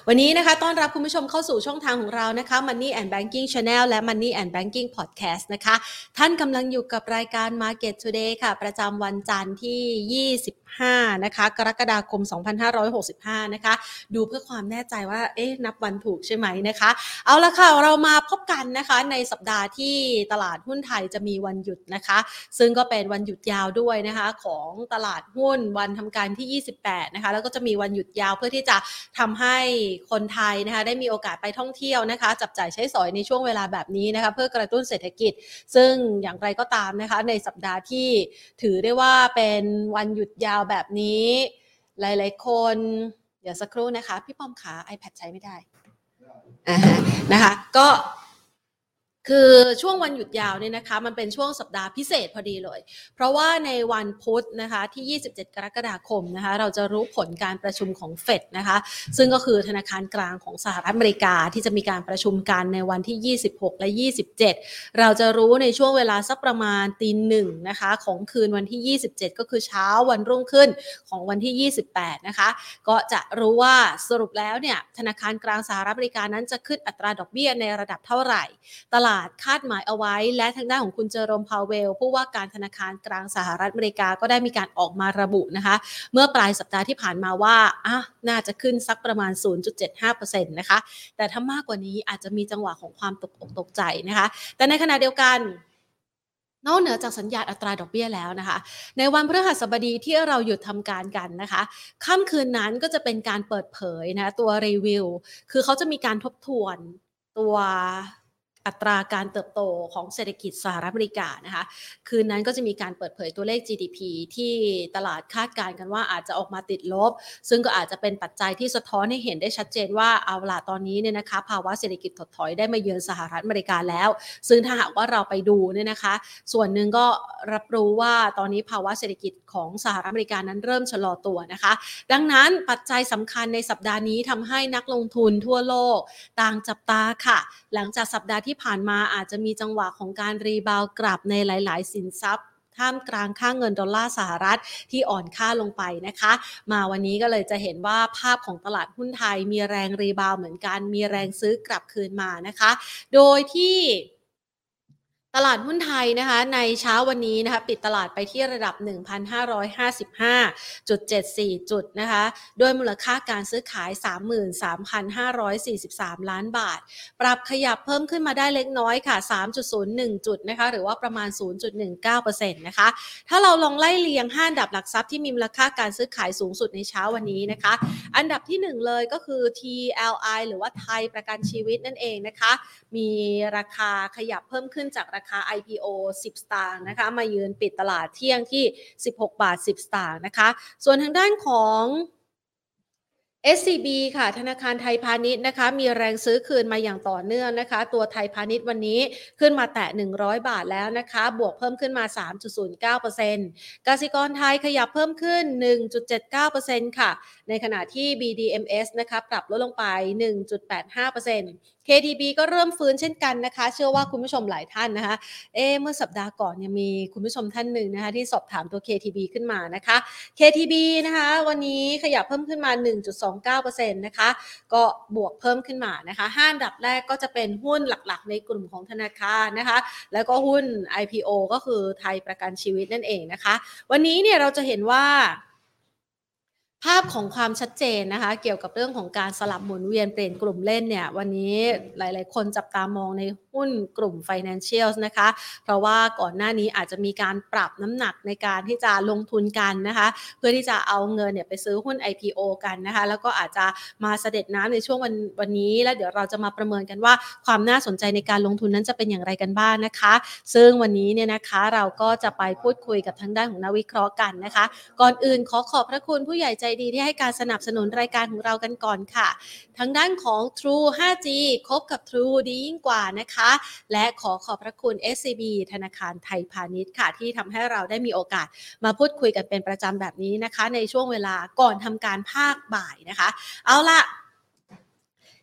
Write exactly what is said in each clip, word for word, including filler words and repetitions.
วันนี้นะคะต้อนรับคุณผู้ชมเข้าสู่ช่องทางของเรานะคะ Money and Banking Channel และ Money and Banking Podcast นะคะท่านกำลังอยู่กับรายการ Market Today ค่ะประจำวันจันทร์ที่ยี่สิบห้านะคะกรกฎาคมสองพันห้าร้อยหกสิบห้านะคะดูเพื่อความแน่ใจว่าเอ๊ะนับวันถูกใช่ไหมนะคะเอาละค่ะเรามาพบกันนะคะในสัปดาห์ที่ตลาดหุ้นไทยจะมีวันหยุดนะคะซึ่งก็เป็นวันหยุดยาวด้วยนะคะของตลาดหุ้นวันทำการที่ยี่สิบแปดนะคะแล้วก็จะมีวันหยุดยาวเพื่อที่จะทำให้คนไทยนะคะได้มีโอกาสไปท่องเที่ยวนะคะจับจ่ายใช้สอยในช่วงเวลาแบบนี้นะคะเพื่อกระตุ้นเศรษฐกิจซึ่งอย่างไรก็ตามนะคะในสัปดาห์ที่ถือได้ว่าเป็นวันหยุดยาวแบบนี้หลายๆคนเดี๋ยวสักครู่นะคะพี่ป้อมขา iPad ใช้ไม่ได้อ่านะคะก็คือช่วงวันหยุดยาวเนี่ยนะคะมันเป็นช่วงสัปดาห์พิเศษพอดีเลยเพราะว่าในวันพุธนะคะที่ยี่สิบเจ็ดกรกฎาคมนะคะเราจะรู้ผลการประชุมของเฟดนะคะซึ่งก็คือธนาคารกลางของสหรัฐอเมริกาที่จะมีการประชุมกันในวันที่ยี่สิบหกและยี่สิบเจ็ดเราจะรู้ในช่วงเวลาสักประมาณตีหนึ่งนะคะของคืนวันที่ยี่สิบเจ็ดก็คือเช้าวันรุ่งขึ้นของวันที่ยี่สิบแปดนะคะก็จะรู้ว่าสรุปแล้วเนี่ยธนาคารกลางสหรัฐอเมริกานั้นจะขึ้นอัตราดอกเบี้ยในระดับเท่าไหร่ตลาดคาดหมายเอาไว้และทางด้านของคุณเจอโรมพาวเวลผู้ว่าการธนาคารกลางสหรัฐอเมริกาก็ได้มีการออกมาระบุนะคะเมื่อปลายสัปดาห์ที่ผ่านมาว่าอ่ะน่าจะขึ้นสักประมาณ ศูนย์จุดเจ็ดห้าเปอร์เซ็นต์ นะคะแต่ถ้ามากกว่านี้อาจจะมีจังหวะของความตกอกตกใจนะคะแต่ในขณะเดียวกันนอกเหนือจากสัญญาณอัตราดอกเบี้ยแล้วนะคะในวันพฤหัสบดีที่เราหยุดทำการกันนะคะค่ำคืนนั้นก็จะเป็นการเปิดเผยนะตัวรีวิวคือเขาจะมีการทบทวนตัวอัตราการเติบโตของเศรษฐกิจสหรัฐอเมริกานะคะคืนนั้นก็จะมีการเปิดเผยตัวเลข จี ดี พี ที่ตลาดคาดการณ์กันว่าอาจจะออกมาติดลบซึ่งก็อาจจะเป็นปัจจัยที่สะท้อนให้เห็นได้ชัดเจนว่าเอาล่ะตอนนี้เนี่ยนะคะภาวะเศรษฐกิจถดถอยได้มาเยือนสหรัฐอเมริกาแล้วซึ่งถ้าหากว่าเราไปดูเนี่ยนะคะส่วนหนึ่งก็รับรู้ว่าตอนนี้ภาวะเศรษฐกิจของสหรัฐอเมริกานั้นเริ่มชะลอตัวนะคะดังนั้นปัจจัยสำคัญในสัปดาห์นี้ทำให้นักลงทุนทั่วโลกต่างจับตาค่ะหลังจากสัปดาห์ที่ผ่านมาอาจจะมีจังหวะของการรีบาวด์กลับในหลายๆสินทรัพย์ท่ามกลางค่าเงินดอลลาร์สหรัฐที่อ่อนค่าลงไปนะคะมาวันนี้ก็เลยจะเห็นว่าภาพของตลาดหุ้นไทยมีแรงรีบาวด์เหมือนกันมีแรงซื้อกลับคืนมานะคะโดยที่ตลาดหุ้นไทยนะคะในเช้าวันนี้นะคะปิดตลาดไปที่ระดับ หนึ่งพันห้าร้อยห้าสิบห้าจุดเจ็ดสี่ จุดนะคะโดยมูลค่าการซื้อขาย สามหมื่นสามพันห้าร้อยสี่สิบสาม ล้านบาทปรับขยับเพิ่มขึ้นมาได้เล็กน้อยค่ะ สามจุดศูนย์หนึ่ง จุดนะคะหรือว่าประมาณ ศูนย์จุดหนึ่งเก้าเปอร์เซ็นต์ นะคะถ้าเราลองไล่เรียงห้าอันดับหลักทรัพย์ที่มีมูลค่าการซื้อขายสูงสุดในเช้าวันนี้นะคะอันดับที่หนึ่งเลยก็คือ ที แอล ไอ หรือว่าไทยประกันชีวิตนั่นเองนะคะมีราคาขยับเพิ่มขึ้นจากราคา ไอ พี โอ สิบสตางค์นะคะมายืนปิดตลาดเที่ยงที่สิบหกบาทสิบสตางค์นะคะส่วนทางด้านของ เอส ซี บี ค่ะธนาคารไทยพาณิชย์นะคะมีแรงซื้อคืนมาอย่างต่อเนื่องนะคะตัวไทยพาณิชย์วันนี้ขึ้นมาแตะหนึ่งร้อยบาทแล้วนะคะบวกเพิ่มขึ้นมา สามจุดศูนย์เก้าเปอร์เซ็นต์ กสิกรไทยขยับเพิ่มขึ้น หนึ่งจุดเจ็ดเก้าเปอร์เซ็นต์ ค่ะในขณะที่ บี ดี เอ็ม เอส นะคะปรับลดลงไป หนึ่งจุดแปดห้าเปอร์เซ็นต์ เค ที บี ก็เริ่มฟื้นเช่นกันนะคะเชื่อว่าคุณผู้ชมหลายท่านนะคะเอ๊ะเมื่อสัปดาห์ก่อนเนี่ยมีคุณผู้ชมท่านหนึ่งนะคะที่สอบถามตัว เค ที บี ขึ้นมานะคะ เค ที บี นะคะวันนี้ขยับเพิ่มขึ้นมา หนึ่งจุดสองเก้าเปอร์เซ็นต์ นะคะก็บวกเพิ่มขึ้นมานะคะห้าอันดับแรกก็จะเป็นหุ้นหลักๆในกลุ่มของธนาคารนะคะแล้วก็หุ้น ไอ พี โอ ก็คือไทยประกันชีวิตนั่นเองนะคะวันนี้เนี่ยเราจะเห็นว่าภาพของความชัดเจนนะคะเกี่ยวกับเรื่องของการสลับหมุนเวียนเปลี่ยนกลุ่มเล่นเนี่ยวันนี้หลายๆคนจับตามองในหุ้นกลุ่ม Financials นะคะเพราะว่าก่อนหน้านี้อาจจะมีการปรับน้ำหนักในการที่จะลงทุนกันนะคะเพื่อที่จะเอาเงินเนี่ยไปซื้อหุ้น ไอ พี โอ กันนะคะแล้วก็อาจจะมาเสด็จน้ำในช่วงวันวันนี้แล้วเดี๋ยวเราจะมาประเมินกันว่าความน่าสนใจในการลงทุนนั้นจะเป็นอย่างไรกันบ้างนะคะซึ่งวันนี้เนี่ยนะคะเราก็จะไปพูดคุยกับทางด้านของนักวิเคราะห์กันนะคะก่อนอื่นขอขอบพระคุณผู้ใหญ่ใจดีที่ให้การสนับสนุนรายการของเรากันก่อนค่ะทางด้านของ True ไฟว์ จี คบกับ True ดียิ่งกว่านะคะและขอขอบพระคุณ เอส ซี บี ธนาคารไทยพาณิชย์ค่ะที่ทำให้เราได้มีโอกาสมาพูดคุยกันเป็นประจำแบบนี้นะคะในช่วงเวลาก่อนทำการภาคบ่ายนะคะเอาล่ะ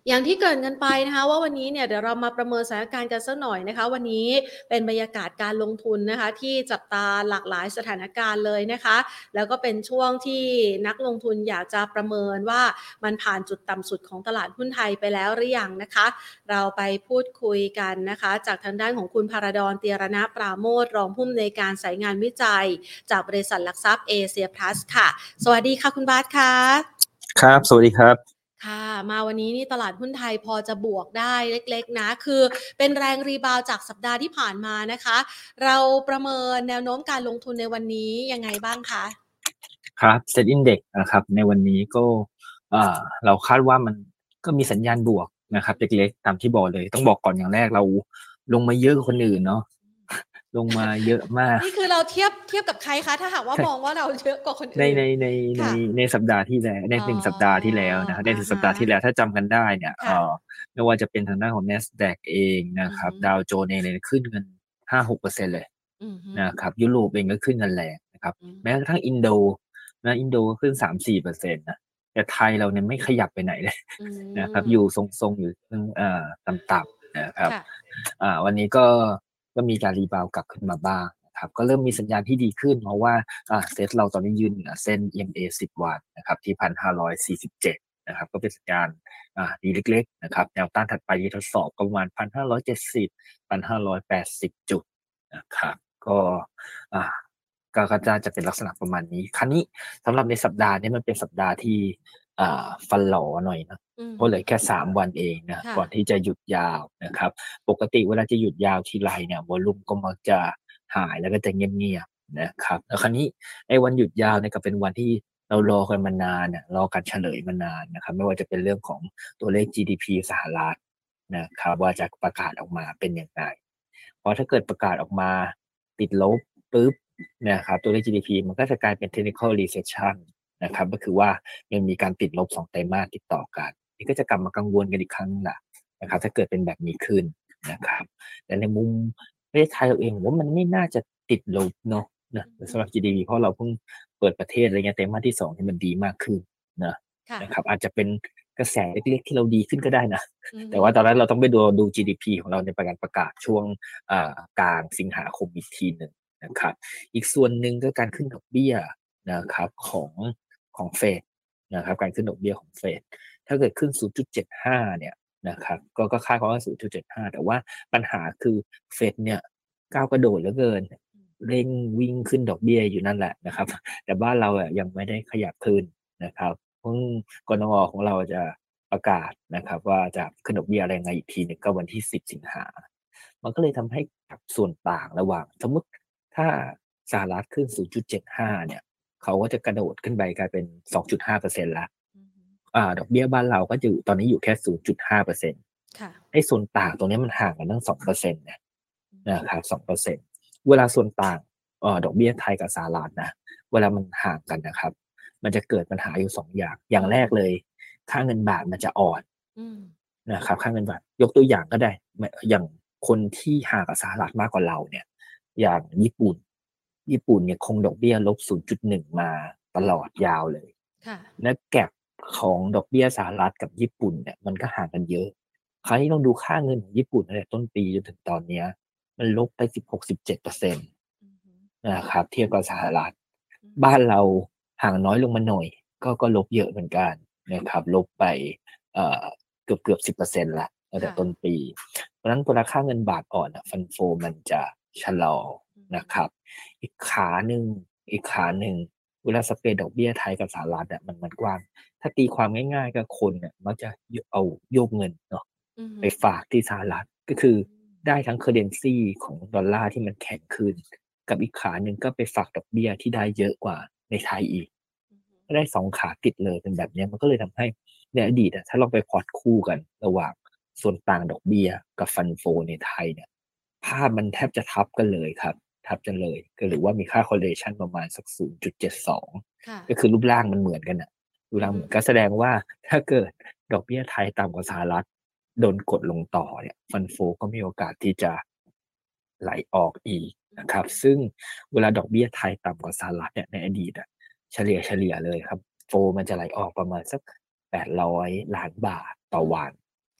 อย่างที่เกริ่นกันไปนะคะว่าวันนี้เนี่ยเดี๋ยวเรามาประเมินสถานการณ์กันสักหน่อยนะคะวันนี้เป็นบรรยากาศการลงทุนนะคะที่จับตาหลากหลายสถานการณ์เลยนะคะแล้วก็เป็นช่วงที่นักลงทุนอยากจะประเมินว่ามันผ่านจุดต่ำสุดของตลาดหุ้นไทยไปแล้วหรือยังนะคะเราไปพูดคุยกันนะคะจากทางด้านของคุณภารดรเตียรณปราโมทรองผู้อำนวยการสายงานวิจัยจากบริษัทหลักทรัพย์เอเชียพลัสค่ะสวัสดีค่ะคุณบาสค่ะครับสวัสดีครับค่ะมาวันนี้นี่ตลาดหุ้นไทยพอจะบวกได้เล็กๆนะคือเป็นแรงรีบาวด์จากสัปดาห์ที่ผ่านมานะคะเราประเมินแนวโน้มการลงทุนในวันนี้ยังไงบ้างคะครับ Set Index นะครับในวันนี้ก็เอ่อเราคาดว่ามันก็มีสัญญาณบวกนะครับเล็กๆตามที่บอกเลยต้องบอกก่อนอย่างแรกเราลงมาเยอะกว่าคนอื่นเนาะลงมาเยอะมากนี่คือเราเทียบเทียบกับใครคะถ้าหากว่ามองว่าเราเยอะกว่าคนในอื่นในในในค่ะในสัปดาห์ที่แล้วในหนึ่งสัปดาห์ที่แล้วนะครับในหนึ่งสัปดาห์ที่แล้วถ้าจำกันได้เนี่ยเอ่อค่ะไม่ว่าจะเป็นทางด้านของ NASDAQ เองนะครับดาวโจนส์เองเลยขึ้นกัน ห้าถึงหกเปอร์เซ็นต์ เลยนะครับยุโรปเองก็ขึ้นกันแรงนะครับแม้กระทั่งอินโดนะอินโดก็ขึ้น สามถึงสี่เปอร์เซ็นต์ นะแต่ไทยเราเนี่ยไม่ขยับไปไหนเลยนะครับอยู่ทรงๆอยู่เอ่อต่ำๆนะครับอ่าวันนี้ก็ก็มีการรีบาวกลับขึ้นมาบ้างนะครับก็เริ่มมีสัญญาณที่ดีขึ้นเพราะว่าอ่าเซ็ตเราตอนนี้ยืนเหนือเส้น อี เอ็ม เอ สิบ วันนะครับที่ หนึ่งพันห้าร้อยสี่สิบเจ็ด นะครับก็เป็นสัญญาณอ่าดีเล็กๆนะครับแนวต้านถัดไปที่ทดสอบก็ประมาณ หนึ่งพันห้าร้อยเจ็ดสิบ หนึ่งพันห้าร้อยแปดสิบ จุดนะครับก็อ่าก็ก็จะจะเป็นลักษณะประมาณนี้ครั้นี้สำหรับในสัปดาห์นี้มันเป็นสัปดาห์ที่อ่าฟันหลอหน่อยนะเพราะเหลือแค่สามวันเองนะก่อนที่จะหยุดยาวนะครับปกติเวลาจะหยุดยาวทีไรเนี่ยวอลุ่มก็มักจะหายแล้วก็จะเงียบๆนะครับแล้วครั้นี้ไอ้วันหยุดยาวเนี่ยก็เป็นวันที่เรารอกันมานานเนี่ยรอการเฉลยมานานนะครับไม่ว่าจะเป็นเรื่องของตัวเลข จี ดี พี สหรัฐนะครับว่าจะประกาศออกมาเป็นอย่างไรเพราะถ้าเกิดประกาศออกมาติดลบปุ๊บนะครับตัวเลข จี ดี พี มันก็จะกลายเป็น technical recession นะครับก็คือว่ายังมีการติดลบสองไตรมาสติดต่อกันนี่ก็จะกลับมากังวลกันอีกครั้งนึงละนะครับถ้าเกิดเป็นแบบนี้ขึ้นนะครับแต่ในมุมประเทศไทยเราเองผมว่ามันไม่น่าจะติดลบเนาะนะสำหรับ จี ดี พี เพราะเราเพิ่งเปิดประเทศอะไรเงี้ยไตรมาสที่สองที่มันดีมากขึ้นนะนะครับอาจจะเป็นกระแสเล็กๆที่เราดีขึ้นก็ได้นะแต่ว่าตอนนั้นเราต้องไปดูดู จี ดี พี ของเราในประกาศประกาศช่วงกลางสิงหาคมอีกทีหนึ่งนะครับอีกส่วนหนึ่งก็การขึ้นดอกเบี้ยนะครับของของเฟดนะครับการขึ้นดอกเบี้ยของเฟดถ้าเกิดขึ้น ศูนย์จุดเจ็ดห้า เนี่ยนะครับก็ก็คาดว่า ศูนย์จุดเจ็ดห้า แต่ว่าปัญหาคือเฟดเนี่ยก้าวกระโดดเหลือเกินเร่งวิ่งขึ้นดอกเบี้ยอยู่นั่นแหละนะครับแต่บ้านเราอ่ะยังไม่ได้ขยับขึ้นนะครับเพิ่งกนงของเราจะประกาศนะครับว่าจะขึ้นดอกเบี้ยอะไรไงอีกทีหนึ่งก็วันที่สิบสิงหามันก็เลยทำให้กับส่วนต่างระหว่างสมมติถ้าสหรัฐขึ้น ศูนย์จุดเจ็ดห้า เนี่ยเขาก็จะกระโดดขึ้นไปกลายเป็น สองจุดห้าเปอร์เซ็นต์ ละอ่าดอกเบี้ยบ้านเราก็อยู่ตอนนี้อยู่แค่ ศูนย์จุดห้าเปอร์เซ็นต์ ค่ะไอ้ส่วนต่างตรงนี้มันห่างกันตั้ง สองเปอร์เซ็นต์ นะนะครับ สองเปอร์เซ็นต์ เวลาส่วนต่างเอ่อดอกเบี้ยไทยกับสหรัฐนะเวลามันห่างกันนะครับมันจะเกิดปัญหาอยู่สองอย่างอย่างแรกเลยค่าเงินบาทมันจะอ่อนนะครับค่าเงินบาทยกตัวอย่างก็ได้อย่างคนที่ห่างกับสหรัฐมากกว่าเราเนี่ยอย่างญี่ปุ่นญี่ปุ่นเนี่ยคงดอกเบี้ยลบ ศูนย์จุดหนึ่ง มาตลอดยาวเลยและแก็บของดอกเบี้ยสหรัฐกับญี่ปุ่นเนี่ยมันก็ห่างกันเยอะคราวนี้ลองดูค่าเงินของญี่ปุ่นตั้งแต่ต้นปีจนถึงตอนนี้มันลบไป สิบหกถึงสิบเจ็ดเปอร์เซ็นต์ นะครับเทียบกับสหรัฐบ้านเราห่างน้อยลงมาหน่อยก็ก็ลบเยอะเหมือนกันนะครับลบไปเอ่อเกือบเกือบ สิบเปอร์เซ็นต์ ละตั้งแต่ต้นปีเพราะฉะนั้นพอราคาเงินบาทอ่อนฟันโฟมันจะชะลอนะครับอีกขาหนึ่งอีกขาหนึ่งเวลาสเปรดดอกเบี้ยไทยกับสหรัฐอ่ะมันมันกว้างถ้าตีความง่ายๆก็คนเนี่ยมักจะเอาโยกเงินเนาะไปฝากที่สหรัฐก็คือได้ทั้งเคอร์เรนซีของดอลลาร์ที่มันแข็งขึ้นกับอีกขาหนึ่งก็ไปฝากดอกเบี้ยที่ได้เยอะกว่าในไทยอีกก็ได้สองขาติดเลยเป็นแบบนี้มันก็เลยทำให้ในอดีตถ้าเราไปพอร์ตคู่กันระหว่างส่วนต่างดอกเบี้ยกับฟันโฟในไทยเนี่ยภาพมันแทบจะทับกันเลยครับทับกันเลยก็หรือว่ามีค่า correlation ประมาณสัก ศูนย์จุดเจ็ดสอง ก็คือรูปร่างมันเหมือนกันอะรูปร่างเหมือนก็แสดงว่าถ้าเกิดดอกเบี้ยไทยต่ำกว่าสหรัฐโดนกดลงต่อเนี่ยฟันโฟก็มีโอกาสที่จะไหลออกอีกนะครับซึ่งเวลาดอกเบี้ยไทยต่ำกว่าสหรัฐเนี่ยในอดีตอะเฉลี่ยเฉลี่ยเลยครับโฟมันจะไหลออกประมาณสักแปดร้อยล้านบาทต่อวัน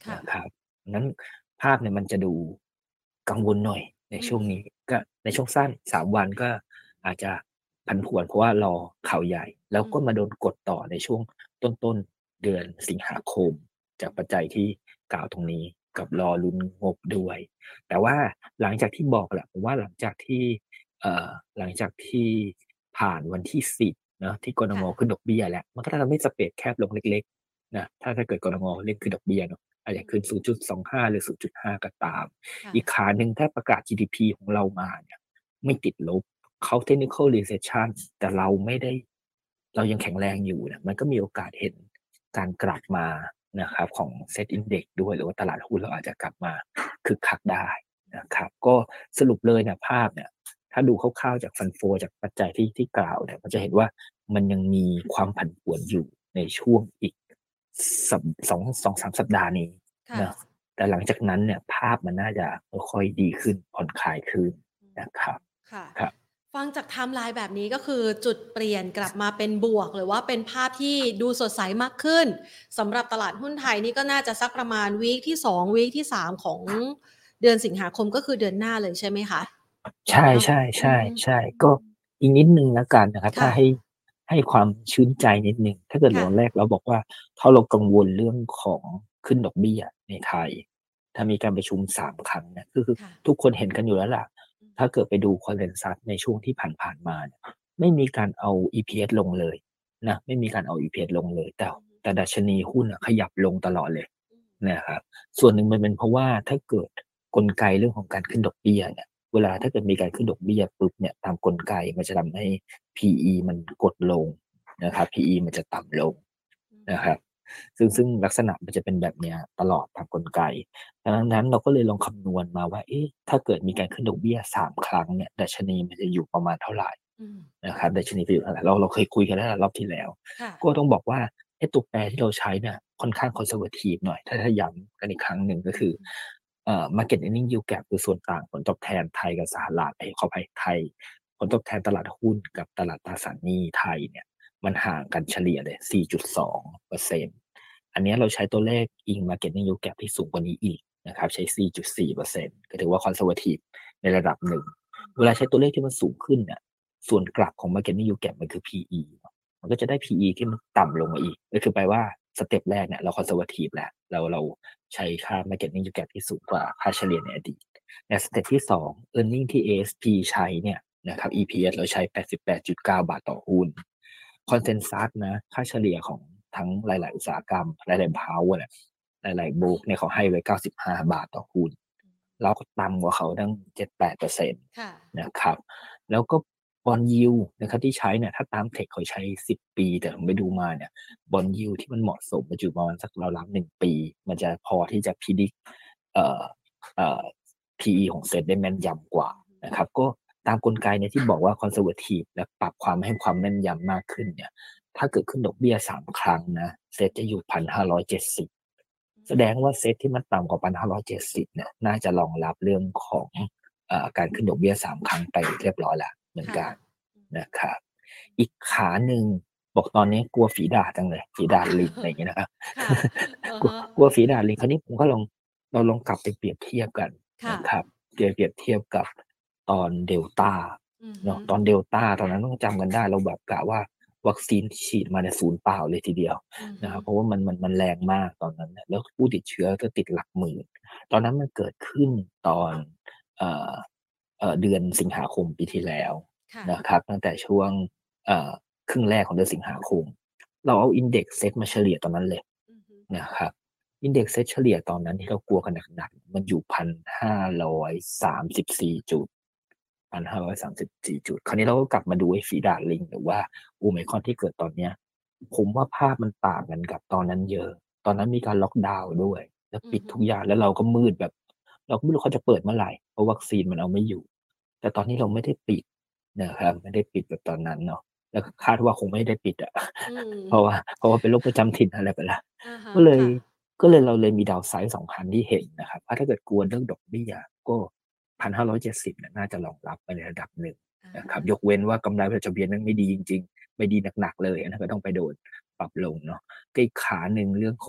นะครับนั้นภาพเนี่ยมันจะดูกังวลหน่อยในช่วงนี้ก็ในช่วงสั้นสามวันก็อาจจะผันผวนเพราะว่ารอข่าวใหญ่แล้วก็มาโดนกดต่อในช่วงต้นๆเดือนสิงหาคมจากปัจจัยที่กล่าวตรงนี้กับรอลุ้นงบด้วยแต่ว่าหลังจากที่บอกแหละผมว่าหลังจากที่เอ่อหลังจากที่ผ่านวันที่สิบเนาะที่กนงขึ้นดอกเบี้ยแล้วมันก็ทำให้สเปรดแคบลงเล็กๆนะถ้าถ้าเกิดกนงเร่งขึ้นดอกเบี้ยเนาะอาจจะขึ้น ศูนย์จุดสองห้า หรือ ศูนย์จุดห้า ก็ตามอีกขาหนึ่งถ้าประกาศ จี ดี พี ของเรามาเนี่ยไม่ติดลบเขา technical recession แต่เราไม่ได้เรายังแข็งแรงอยู่นะมันก็มีโอกาสเห็นการกลับมานะครับของ Set Index ด้วยหรือว่าตลาดหุ้นเราอาจจะกลับมาคึกคักได้นะครับก็สรุปเลยเนี่ยภาพเนี่ยถ้าดูคร่าวๆจากฟันโฟจากปัจจัยที่ที่กล่าวเนี่ยมันจะเห็นว่ามันยังมีความผันผวนอยู่ในช่วงอีกสองสองสองสามสัปดาห์นี้นะแต่หลังจากนั้นเนี่ยภาพมันน่าจะค่อยๆดีขึ้นผ่อนคลายขึ้นนะครับค่ะครับฟังจากไทม์ไลน์แบบนี้ก็คือจุดเปลี่ยนกลับมาเป็นบวกหรือว่าเป็นภาพที่ดูสดใสมากขึ้นสำหรับตลาดหุ้นไทยนี่ก็น่าจะสักประมาณวีคที่สองวีคที่สามของเดือนสิงหาคมก็คือเดือนหน้าเลยใช่ไหมคะใช่ใช่ใช่ใช่ก็อีกนิดนึงแล้วกันนะครับถ้าให้ให้ความชื่นใจนิดนึงถ้าเกิดตอนแรกเราบอกว่าถ้าเรากังวลเรื่องของขึ้นดอกเบี้ยในไทยถ้ามีการประชุมสามครั้งเนี่ยคือคือทุกคนเห็นกันอยู่แล้วล่ะถ้าเกิดไปดูคอนเซนซัสในช่วงที่ผ่านๆมาเนี่ยไม่มีการเอา อี พี เอส ลงเลยนะไม่มีการเอา อี พี เอส ลงเลยแต่แต่ดัชนีหุ้นขยับลงตลอดเลยนะครับส่วนหนึ่งมันเป็นเพราะว่าถ้าเกิดกลไกเรื่องของการขึ้นดอกเบี้ยเนี่ยเวลาถ้าเกิดมีการขึ้นดอกเบี้ยปุ๊บเนี่ยตามกลไกมันจะทำให้ พี อี มันกดลงนะครับ พี อี มันจะต่ำลงนะครับซึ่งซึ่งลักษณะมันจะเป็นแบบนี้ตลอดตามกลไกดังนั้นเราก็เลยลองคำนวณมาว่าเอ๊ะถ้าเกิดมีการขึ้นดอกเบี้ยสามครั้งเนี่ยดัชนีมันจะอยู่ประมาณเท่าไหร่นะครับดัชนีจะอยู่เท่าไหร่เราเราเคยคุยกันแล้วรอบที่แล้วก็ต้องบอกว่าไอ้ตัวแปรที่เราใช้เนี่ยค่อนข้างคอนเซอร์เวทีฟหน่อยถ้าถ้าย้ำกันอีกครั้งหนึ่งก็คือเอ่อ market earning yield gap คือส่วนต่างผลตอบแทนไทยกับสหรัฐไอ้ขออภัยไทยผลตอบแทนตลาดหุ้นกับตลาดตราสารหนี้ไทยเนี่ยมันห่างกันเฉลี่ยเลย สี่จุดสองเปอร์เซ็นต์ อันนี้เราใช้ตัวเลขอิง market earning yield gap ที่สูงกว่านี้อีกนะครับใช้ สี่จุดสี่เปอร์เซ็นต์ ก็ถือว่าคอนเซอร์เวทีฟในระดับหนึ่งเวลาใช้ตัวเลขที่มันสูงขึ้นเนี่ยส่วนกลับของ market earning yield gap มันคือ พี อี มันก็จะได้ พี อี ที่มันต่ำลงมาอีกก็คือแปลว่าสเต็ปแรกเนี่ยเราคอนเซอร์เวทีฟแล้วเราเราใช้ค่า market earning yield gap ที่สูงกว่าค่าเฉลี่ยในอดีตในสเต็ปที่สอง earning ที่ เอ เอส พี ใช้เนี่ยนะครับ อี พี เอส เราใช้ แปดสิบแปดจุดเก้า บาทต่อหุ้นคอนเซนซัสนะค่าเฉลี่ยของทั้งหลายๆอุตสาหกรรมหลายๆพาวเวอร์เนี่ยหลายๆบุ๊กเนี่ยเขาให้ไว้เก้าสิบห้าบาทต่อหุ้นเราก็ต่ำกว่าเขาตั้ง เจ็ดถึงแปดเปอร์เซ็นต์ นะครับแล้วก็บอนด์ยิลด์นะครับที่ใช้เนี่ยถ้าตามเทคเขาใช้สิบปีแต่ผมไปดูมาเนี่ยบอนด์ยิลด์ที่มันเหมาะสมมันอยู่ประมาณสักราวๆหนึ่งปีมันจะพอที่จะพิจิตรเอ่อเอ่อ พี อี ของเซ็ตได้แม่นยำกว่านะครับก็ตามกลไกเนี่ยที่บอกว่าคอนเซอร์เวทีฟและปรับความให้ความแม่นยำมากขึ้นเนี่ยถ้าเกิดขึ้นดอกเบี้ยสามครั้งนะเซ็ตจะอยู่ หนึ่งพันห้าร้อยเจ็ดสิบ แสดงว่าเซ็ตที่มันต่ำกว่า หนึ่งพันห้าร้อยเจ็ดสิบ เนี่ยน่าจะรองรับเรื่องของเอ่อการขึ้นดอกเบี้ยสามครั้งไปเรียบร้อยแล้วเหมือนกันนะครับอีกขาหนึ่งบอกตอนนี้กลัวฝีดาษจังเลยฝีดาษลิงอะไรอย่างเงี้ยนะครับกลัวกลัวฝีดาษลิงคราวนี้ผมก็ลองเราลองกลับไปเปรียบเทียบกันนะครับเปรียบเปรียบเทียบกับตอนเดลต้าเนาะตอนเดลต้าตอนนั้นต้องจำกันได้เราแบบกะว่าวัคซีนที่ฉีดมาในศูนย์เปล่าเลยทีเดียวนะครับเพราะว่ามันมันมันแรงมากตอนนั้นแล้วผู้ติดเชื้อก็ติดหลักหมื่นตอนนั้นมันเกิดขึ้นตอนเอ่อเอ่อเดือนสิงหาคมปีที่แล้วนะครับตั้งแต่ช่วงเอ่อครึ่งแรกของเดือนสิงหาคมเราเอาอินเด็กซ์เซตมาเฉลี่ยตอนนั้นเลยนะครับอินเด็กซ์เซตเฉลี่ยตอนนั้นที่เรากลัวกันหนักๆมันอยู่พันห้าร้อยสามสิบสี่จุดพันห้าร้อยสามสิบสี่จุดคราวนี้เราก็กลับมาดูไอ้ฝีดาษลิงหรือว่าโอไมครอนที่เกิดตอนเนี้ยผมว่าภาพมันต่างกันกับตอนนั้นเยอะตอนนั้นมีการล็อกดาวน์ด้วยแล้วปิดทุกอย่างแล้วเราก็มืดแบบเราก็ไม่รู้เขาจะเปิดเมื่อไหร่เพราะวัคซีนมันเอาไม่อยู่แต่ตอนนี้เราไม่ได้ปิดนะครับไม่ได้ปิดแบบตอนนั้นเนาะแล้วคาดว่าคงไม่ได้ปิดอ่ะเพราะว่าเพราะว่าเป็นโรคประจำถิ่นอะไรไปแล้วก็เลยก็เลยเราเลยมีดาวไซด์สองคันที่เห็นนะครับถ้าเกิดกลัวเรื่องดอกเบี้ยก็พันห้าร้อยเจ็ดสิบเนี่ยน่าจะรองรับไปในระดับหนึ่งนะครับยกเว้นว่ากำไรประจำเดือนนั้นไม่ดีจริงๆไม่ดีหนักๆเลยอันนั้นก็ต้องไปโดนปรับลงเนาะก็อีกขาหนึ่งเรื่องของ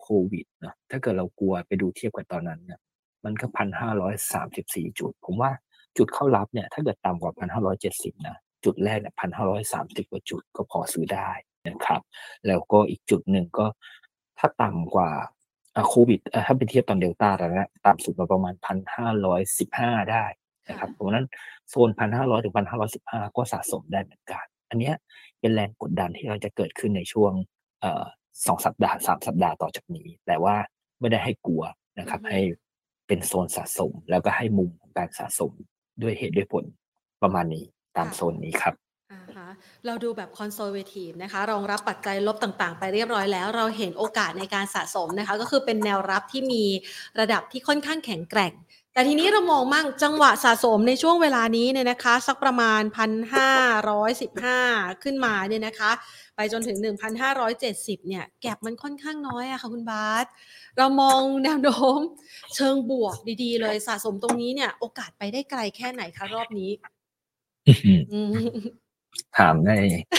โควิดเนาะถ้าเกิดเรากลัวไปดูเทียบกับตอนนั้นเนี่ยมันก็ หนึ่งพันห้าร้อยสามสิบสี่ จุดผมว่าจุดเข้ารับเนี่ยถ้าเกิดต่ำกว่า หนึ่งพันห้าร้อยเจ็ดสิบ นะจุดแรกเนี่ย หนึ่งพันห้าร้อยสามสิบ กว่าจุดก็พอซื้อได้นะครับแล้วก็อีกจุดหนึ่งก็ถ้าต่ำกว่าอ่าโควิดอ่าถ้าเป็นเทียบตอนเดลต้าตอนนั้นต่ำสุดมาประมาณ หนึ่งพันห้าร้อยสิบห้า ได้นะครับเพราะฉะนั้นโซน หนึ่งพันห้าร้อย ถึง หนึ่งพันห้าร้อยสิบห้า ก็สะสมได้เหมือนกันอันเนี้ยเป็นแรงกดดันที่เราจะเกิดขึ้นในช่วงเอ่อสองสัปดาห์สามสัปดาห์ต่อจากนี้แต่ว่าไม่ได้ให้กลัวนะครับให้เป็นโซนสะสมแล้วก็ให้มุมของการสะสมด้วยเหตุด้วยผลประมาณนี้ตามโซนนี้ครับเราดูแบบ conservative นะคะรองรับปัจจัยลบต่างๆไปเรียบร้อยแล้วเราเห็นโอกาสในการสะสมนะคะก็คือเป็นแนวรับที่มีระดับที่ค่อนข้างแข็งแกร่งแต่ทีนี้เรามองมั่งจังหวะสะสมในช่วงเวลานี้เนี่ยนะคะสักประมาณ หนึ่งพันห้าร้อยสิบห้า ขึ้นมาเนี่ยนะคะไปจนถึง หนึ่งพันห้าร้อยเจ็ดสิบ เนี่ยแก็บมันค่อนข้างน้อยอะค่ะคุณบาสเรามองแนวโน้มเชิงบวกดีๆเลยสะสมตรงนี้เนี่ยโอกาสไปได้ไกลแค่ไหนคะรอบนี้ถามได้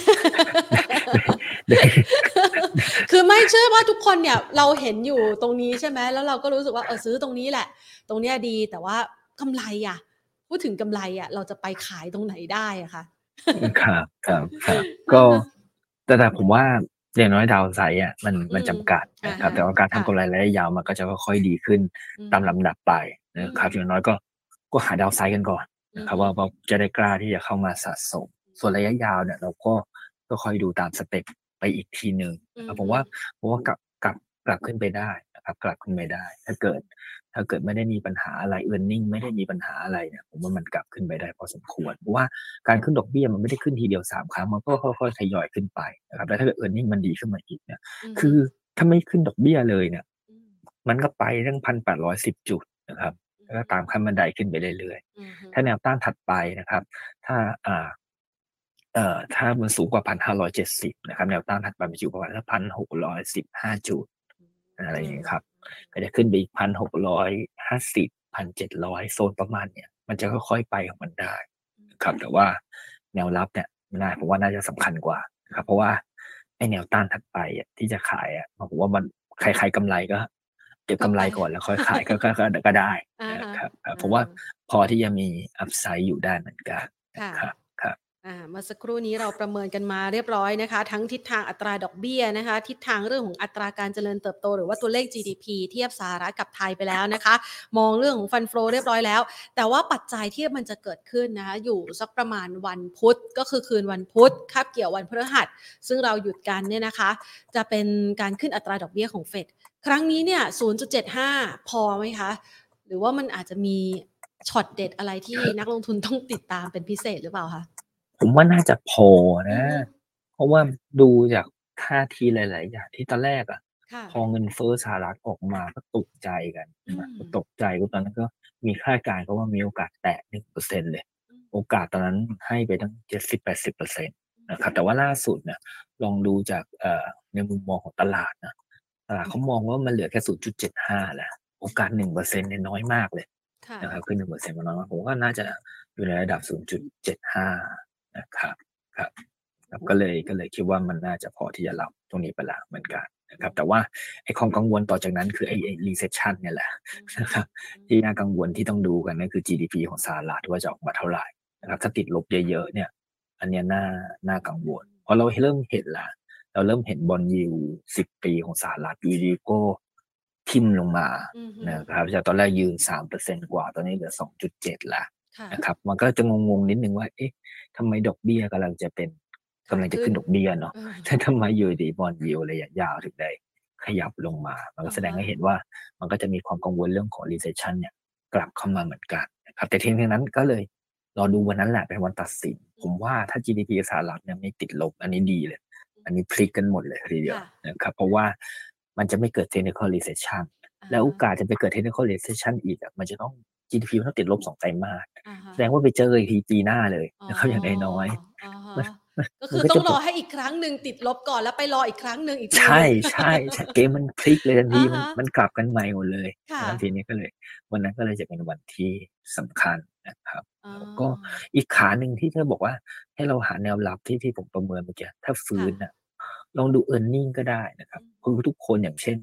คือไม่เชื่อว่าทุกคนเนี่ยเราเห็นอยู่ตรงนี้ใช่ไหมแล้วเราก็รู้สึกว่าเออซื้อตรงนี้แหละตรงเนี้ยดีแต่ว่ากำไรอ่ะพูดถึงกำไรอ่ะเราจะไปขายตรงไหนได้อ่ะคะครับครับครับก็แต่แต่ผมว่าอย่างน้อยดาวไซด์อ่ะมันมันจำกัดนะครับแต่ว่าการทำกำไรระยะยาวมันก็จะค่อยๆดีขึ้นตามลำดับไปนะครับอย่างน้อยก็ก็หาดาวไซด์กันก่อนนะครับว่าเราจะได้กล้าที่จะเข้ามาสะสมส่วนระยะยาวเนี่ยเราก็ก็ค่อยดูตามสเต็ปไปอีกทีหนึ่งนะครับผมว่าผมว่ากลับกลับกลับขึ้นไปได้นะครับกลับขึ้นไปได้ถ้าเกิดถ้าเกิดไม่ได้มีปัญหาอะไร earning ไม่ได้มีปัญหาอะไรเนี่ยผมว่ามันกลับขึ้นไปได้พอสมควรเพราะว่าการขึ้นดอกเบี้ยมันไม่ได้ขึ้นทีเดียวสามครั้งมันก็ค่อยๆทยอยขึ้นไปนะครับแล้วถ้าเกิด earning มันดีขึ้นมาอีกเนี่ยคือถ้าไม่ขึ้นดอกเบี้ยเลยเนี่ยมันก็ไปตั้ง หนึ่งพันแปดร้อยสิบ จุดนะครับแล้วก็ตามขั้นบันไดขึ้นไปเรื่อยๆถ้าแนวต้านถัดไปนะครับถ้าอ่าเอ่อถ้ามันสูงกว่า หนึ่งพันห้าร้อยเจ็ดสิบ นะครับแนวต้านถัดไปมันอยู่ประมาณ หนึ่งพันหกร้อยสิบห้า จุดอะไรอย่างเงี้ยครับก็จะขึ้นไปอีก หนึ่งพันหกร้อยห้าสิบ หนึ่งพันเจ็ดร้อย โซนประมาณเนี้ยมันจะค่อยๆไปของมันได้ครับแต่ว่าแนวรับเนี่ยน่าผมว่าน่าจะสำคัญกว่านะครับเพราะว่าไอ้แนวต้านถัดไปที่จะขายอ่ะผมว่ามันใครๆกำไรก็เก็บกำไรก่อนแล้วค่อยขายก็ก็ได้นะครับผมว่าพอที่จะมีอัพไซด์อยู่ได้เหมือนกันครับอ่าเมื่อสักครู่นี้เราประเมินกันมาเรียบร้อยนะคะทั้งทิศทางอัตราดอกเบี้ยนะคะทิศทางเรื่องของอัตราการเจริญเติบโตหรือว่าตัวเลข จี ดี พี เทียบสหรัฐกับไทยไปแล้วนะคะมองเรื่องของฟันโฟลเรียบร้อยแล้วแต่ว่าปัจจัยที่มันจะเกิดขึ้นนะคะอยู่สักประมาณวันพุธก็คือคืนวันพุธคาบเกี่ยววันพฤหัสซึ่งเราหยุดกันเนี่ยนะคะจะเป็นการขึ้นอัตราดอกเบี้ยของเฟดครั้งนี้เนี่ย ศูนย์จุดเจ็ดห้า พอไหมคะหรือว่ามันอาจจะมีช็อตเด็ดอะไรที่นักลงทุนต้องติดตามเป็นพิเศษหรือเปล่าคะผมว่าน่าจะพอนะเพราะว่าดูจากท่าทีหลายๆอย่างที่ตอนแรกอ่ะพอเงินเฟ้อสหรัฐออกมาก็ตกใจกันนะตกใจก็ตอนนั้นก็มีคาดการณ์ก็ว่ามีโอกาสแตะ หนึ่งเปอร์เซ็นต์ เลยโอกาสตอนนั้นให้ไปตั้ง เจ็ดสิบถึงแปดสิบเปอร์เซ็นต์ นะครับแต่ว่าล่าสุดเนี่ยลองดูจากเอ่อในมุมมองของตลาดนะตลาดเขามองว่ามันเหลือแค่ ศูนย์จุดเจ็ดห้า แล้วโอกาส หนึ่งเปอร์เซ็นต์ เนี่ยน้อยมากเลยนะครับคือ หนึ่งเปอร์เซ็นต์ มันน้อยมากผมว่าน่าจะอยู่ในระดับ ศูนย์จุดเจ็ดห้านะครับครับก็เลยก็เลยคิดว่ามันน่าจะพอที่จะรับตรงนี้ไปแล้วเหมือนกันนะครับแต่ว่าไอ้ความกังวลต่อจากนั้นคือไอ้ recession เนี่ยแหละนะครับที่น่ากังวลที่ต้องดูกันนั่นคือ จี ดี พี ของสหรัฐว่าจะออกมาเท่าไหร่นะครับถ้าติดลบเยอะๆเนี่ยอันนี้น่าน่ากังวลเพราะเราเริ่มเห็นละเราเริ่มเห็นบอนด์ยิลด์สิบปีของสหรัฐอยู่ดีก็ทิ่มลงมานะครับจากตอนแรกยืน สามเปอร์เซ็นต์ กว่าตอนนี้เหลือ สองจุดเจ็ด ละนะครับมันก็จะงงๆนิดนึงว่าเอ๊ะทำไมดอกเบี้ยกำลังจะเป็นกำลังจะขึ้นดอกเบี้ยเนาะแต่ทำไมอยู่ดีบอนด์ยิลด์ระยะยาวถึงได้ขยับลงมามันก็แสดงให้เห็นว่ามันก็จะมีความกังวลเรื่องของ recession เนี่ยกลับเข้ามาเหมือนกันนะครับแต่ทีนี้นั้นก็เลยรอดูวันนั้นแหละเป็นวันตัดสินผมว่าถ้า จี ดี พี สหรัฐเนี่ยไม่ติดลบอันนี้ดีเลยอันนี้พลิกกันหมดเลยทีเดียวนะครับเพราะว่ามันจะไม่เกิด technical recession แล้วโอกาสจะไปเกิด technical recession อีกอ่ะมันจะต้อง จี ดี พี มันต้องติดลบสองไตรมาสแสดงว่าไปเจออีกทีปีหน้าเลยนะครับอย่างน้อยๆก็คือต้องรอให้อีกครั้งหนึ่งติดลบก่อนแล้วไปรออีกครั้งหนึ่งอีกใช่ใช่เกมมันพลิกเลยทันทีมันมันกลับกันใหม่หมดเลยทันทีนี้ก็เลยวันนั้นก็เลยจะเป็นวันที่สำคัญนะครับแล้วก็อีกขาหนึ่งที่เธอบอกว่าให้เราหาแนวรับที่ที่ผมประเมินเมื่อกี้ถ้าฟื้นอ่ะลองดู earning ก็ได้นะครับคือทุกคนอย่างเช่น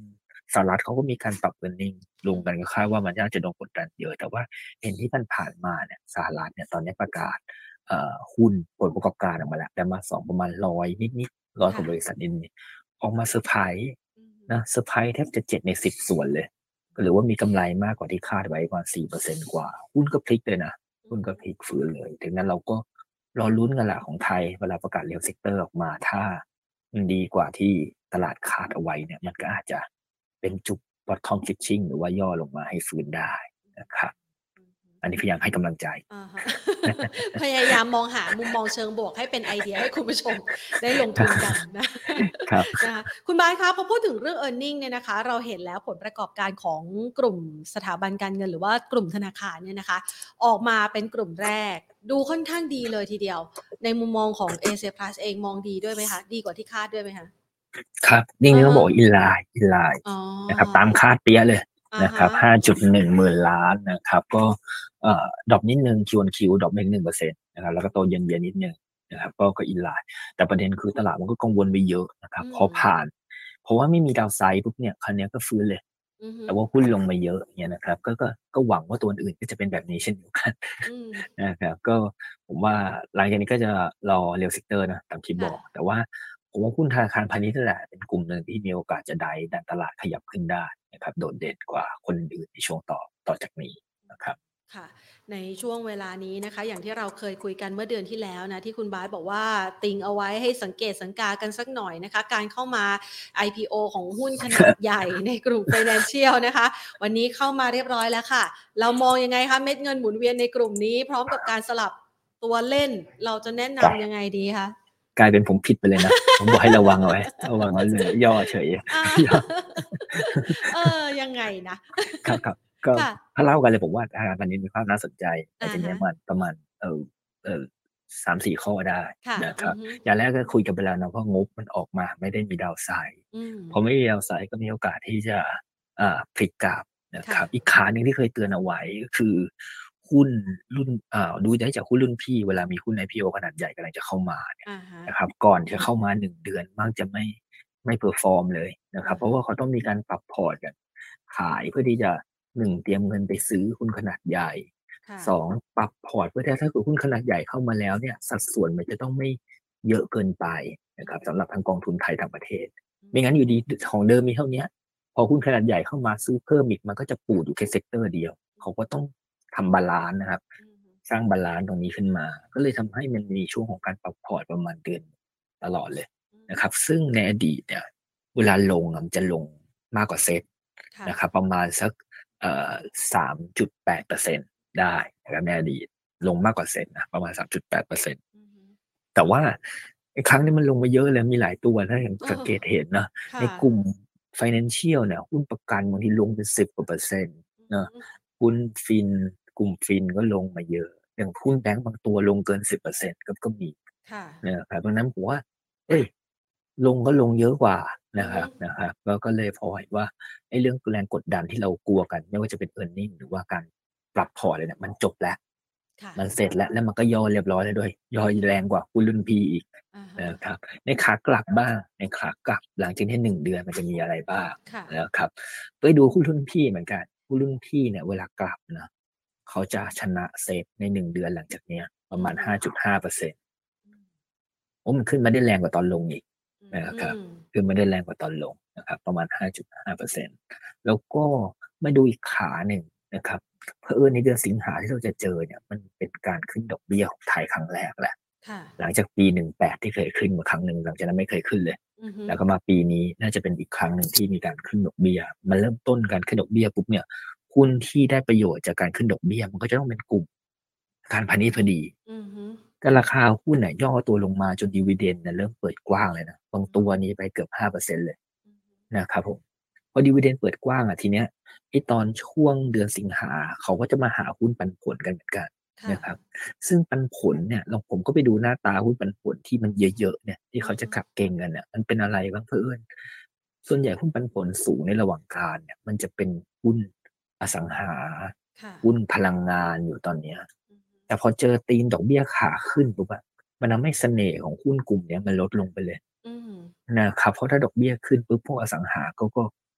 สหรัฐเขาก็มีการปรับ earning ลงกันก็คาดว่ามันน่าจะโดนกดดันเยอะแต่ว่าเห็นที่ผ่านมาเนี่ยสหรัฐเนี่ยตอนนี้ประกาศเอ่อหุ้นผลประกอบการออกมาแล้วแต่มาสองประมาณร้อยนิดๆร้อยกว่าบริษัทนิดๆออกมาเซอร์ไพรส์นะเซอร์ไพรส์แทบจะเจ็ดในสิบส่วนเลยหรือว่ามีกำไรมากกว่าที่คาดไว้กว่า สี่เปอร์เซ็นต์ กว่าหุ้นก็พลิกเลยนะหุ้นก็พลิกฟื้นเลยดังนั้นเราก็รอลุ้นกันแหละของไทยเวลาประกาศเรียลเซกเตอร์ออกมาถ้ามันดีกว่าที่ตลาดคาดเอาไว้เนี่ยมันก็อาจจะเป็นจุด bottom fishing หรือว่าย่อลงมาให้ฟื้นได้นะครับอันนี้พยายามให้กำลังใจพยายามมองหามุมมองเชิงบวกให้เป็นไอเดียให้คุณผู้ชมได้ลงทุนกันนะครับนะคะคุณบาสคะพอพูดถึงเรื่อง earning เนี่ยนะคะเราเห็นแล้วผลประกอบการของกลุ่มสถาบันการเงินหรือว่ากลุ่มธนาคารเนี่ยนะคะออกมาเป็นกลุ่มแรกดูค่อนข้างดีเลยทีเดียวในมุมมองของ เอ ซี Plus เองมองดีด้วยไหมคะดีกว่าที่คาดด้วยไหมคะครับนี่ต้องบอกอินไลน์อินไลน์นะครับตามคาดเปี้ยเลยนะครับ ห้าจุดหนึ่ง หมื่นล้านนะครับก็เอ่อดรอปนิดนึง Q on Q ดรอปไป หนึ่งเปอร์เซ็นต์ นะครับแล้วก็โตเย็นๆนิดนึงนะครับก็ก็อินไลน์แต่ประเด็นคือตลาดมันก็กังวลไปเยอะนะครับพอผ่านเพราะว่าไม่มีดาวไซด์ปุ๊บเนี่ยคราวนี้ก็ฟื้นเลยแต่ว่าหุ้นลงมาเยอะเนี่ยนะครับก็ก็ก็หวังว่าตัวอื่นก็จะเป็นแบบนี้เช่นเดียวกันนะครับก็ผมว่าหลังจากนี้ก็จะรอเรียลเซกเตอร์นะตามที่บอกแต่ว่าผมว่าหุ้นธนาคารพาณิชย์นั่นแหละเป็นกลุ่มหนึ่งที่มีโอกาสจะได้ดันตลาดขยับขึ้นได้นะครับโดดเด่นกว่าคนอื่นในช่วงต่อต่อจากนี้นะครับค่ะในช่วงเวลานี้นะคะอย่างที่เราเคยคุยกันเมื่อเดือนที่แล้วนะที่คุณบาสบอกว่าติงเอาไว้ให้สังเกตสังกากันสักหน่อยนะคะการเข้ามา ไอ พี โอ ของหุ้นขนาดใหญ่ในกลุ่ม Financial นะคะวันนี้เข้ามาเรียบร้อยแล้วค่ะเรามองยังไงคะเม็ดเงินหมุนเวียนในกลุ่มนี้พร้อมกับการสลับตัวเล่นเราจะแนะนำยังไงดีคะกลายเป็นผมผิดไปเลยนะผมบอกให้ระวังเอาไว้ระวังเอาเลยย่อเฉยเออยังไงนะครับครับก็ถ้าเล่ากันเลยผมว่าธนาคารพาณิชย์มีความน่าสนใจแต่จะนี้มันประมาณเออเออสามสี่ข้อได้นะครับอย่างแรกก็คุยกันไปแล้วนะเพราะงบมันออกมาไม่ได้มีดาวไซด์พอไม่มีดาวไซด์ก็มีโอกาสที่จะอ่าพลิกกลับนะครับอีกขาหนึ่งที่เคยเตือนเอาไว้ก็คือหุ้นรุ่นอ่าดูได้จากหุ้นรุ่นพี่เวลามีหุ้น ไอ พี โอ ขนาดใหญ่กำลังจะเข้ามาเนี่ยนะครับก่อนจะเข้ามาหนึ่งเดือนมักจะไม่ไม่เพอร์ฟอร์มเลยนะครับเพราะว่าเขาต้องมีการปรับพอร์ตกันขายเพื่อที่จะหนึ่งเตรียมเงินไปซื้อหุ้นขนาดใหญ่สองปรับพอร์ตเพื่อที่ถ้าเกิดหุ้นขนาดใหญ่เข้ามาแล้วเนี่ยสัดส่วนมันจะต้องไม่เยอะเกินไปนะครับสำหรับทางกองทุนไทยต่างประเทศไม่งั้นอยู่ดีของเดิมมีเท่านี้พอหุ้นขนาดใหญ่เข้ามาซื้อเพิ่มอีกมันก็จะปูดอยู่แค่เซกเตอร์เดียวเขาก็ต้องทำบาลานซ์นะครับสร้างบาลานซ์ตรงนี้ขึ้นมาก็เลยทำให้มันมีช่วงของการปรับพอร์ตประมาณเดือนตลอดเลยนะครับซึ่งในอดีตเนี่ยเวลาลงมันจะลงมากกว่าเซ็ตนะครับประมาณสักเอ่อ สามจุดแปดเปอร์เซ็นต์ ได้นะครับในอดีตลงมากกว่าเซ็ตนะประมาณ สามจุดแปดเปอร์เซ็นต์ แต่ว่าอีกครั้งนี้มันลงมาเยอะเลยมีหลายตัวถ้าอย่างสังเกตเห็นนะในกลุ่ม Financial เนี่ยหุ้นประกันบางทีลงเป็นสิบกว่าเปอร์เซ็นต์นะหุ้นฟินกลุ่มฟินก็ลงมาเยอะอย่างหุ้นแบงก์บางตัวลงเกิน สิบเปอร์เซ็นต์ ก็ก็มีนะครับเพราะนั้นผมว่าเอ้ยลงก็ลงเยอะกว่านะครับนะครับก็ก็เลยพอเห็นว่าไอ้เรื่องแรงกดดันที่เรากลัวกันไม่ว่าจะเป็น earning หรือว่าการปรับพอร์ตเลยเนี่ยมันจบแล้วมันเสร็จแล้วแล้วมันก็ย่อเรียบร้อยแล้วด้วยย่อแรงกว่าหุ้นรุ่นพี่อีกนะครับในขากลับบ้างในขากลับหลังจากที่หนึ่งเดือนมันจะมีอะไรบ้างนะครับไปดูหุ้นรุ่นพี่เหมือนกันหุ้นรุ่นพี่เนี่ยเวลากลับนะเขาจะชนะเซ็ตในหนึ่งเดือนหลังจากเนี้ยประมาณ ห้าจุดห้าเปอร์เซ็นต์ โอ้มันขึ้นมาได้แรงกว่าตอนลงอีกนะครับขึ้นมาได้แรงกว่าตอนลงนะครับประมาณ ห้าจุดห้าเปอร์เซ็นต์ แล้วก็มาดูอีกขาหนึ่งนะครับเผอิญในเดือนสิงหาที่เราจะเจอเนี่ยมันเป็นการขึ้นดอกเบี้ยของไทยครั้งแรกแหละหลังจากปีสิบแปดที่เคยขึ้นมาครั้งหนึ่งหลังจากนั้นไม่เคยขึ้นเลยแล้วก็มาปีนี้น่าจะเป็นอีกครั้งหนึ่งที่มีการขึ้นดอกเบี้ยมันเริ่มต้นการขึ้นดอกเบี้ยปุ๊บเนี่ยหุ้นที่ได้ประโยชน์จากการขึ้นดอกเบี้ยมันก็จะต้องเป็นกลุ่มการพาณิชย์พอดีก็ราคาหุ้นเนี่ยย่อตัวลงมาจนดิวิเดนด์เนี่ยเริ่มเปิดกว้างเลยนะบางตัวนี้ไปเกือบ ห้าเปอร์เซ็นต์ เลยนะครับผมพอดิวิเดนด์เปิดกว้างอ่ะทีเนี้ยไอ้ตอนช่วงเดือนสิงหาเขาก็จะมาหาหุ้นปันผลกันเหมือนกันนะครับซึ่งปันผลเนี่ยเราผมก็ไปดูหน้าตาหุ้นปันผลที่มันเยอะๆเนี่ยที่เขาจะขับเก่งกันเนี่ยมันเป็นอะไรบ้างเพื่อนส่วนใหญ่หุ้นปันผลสูงในระหว่างการเนี่ยมันจะเป็นหุ้นอสังหาหุ้นพลังงานอยู่ตอนเนี้ยแต่พอเจอตีนดอกเบี้ยขาขึ้นปุ๊บอะมันทำให้เสน่ห์ของหุ้นกลุ่มนี้มันลดลงไปเลยนะครับเพราะถ้าดอกเบี้ยขึ้นปุ๊บพวกอสังหาก็ก็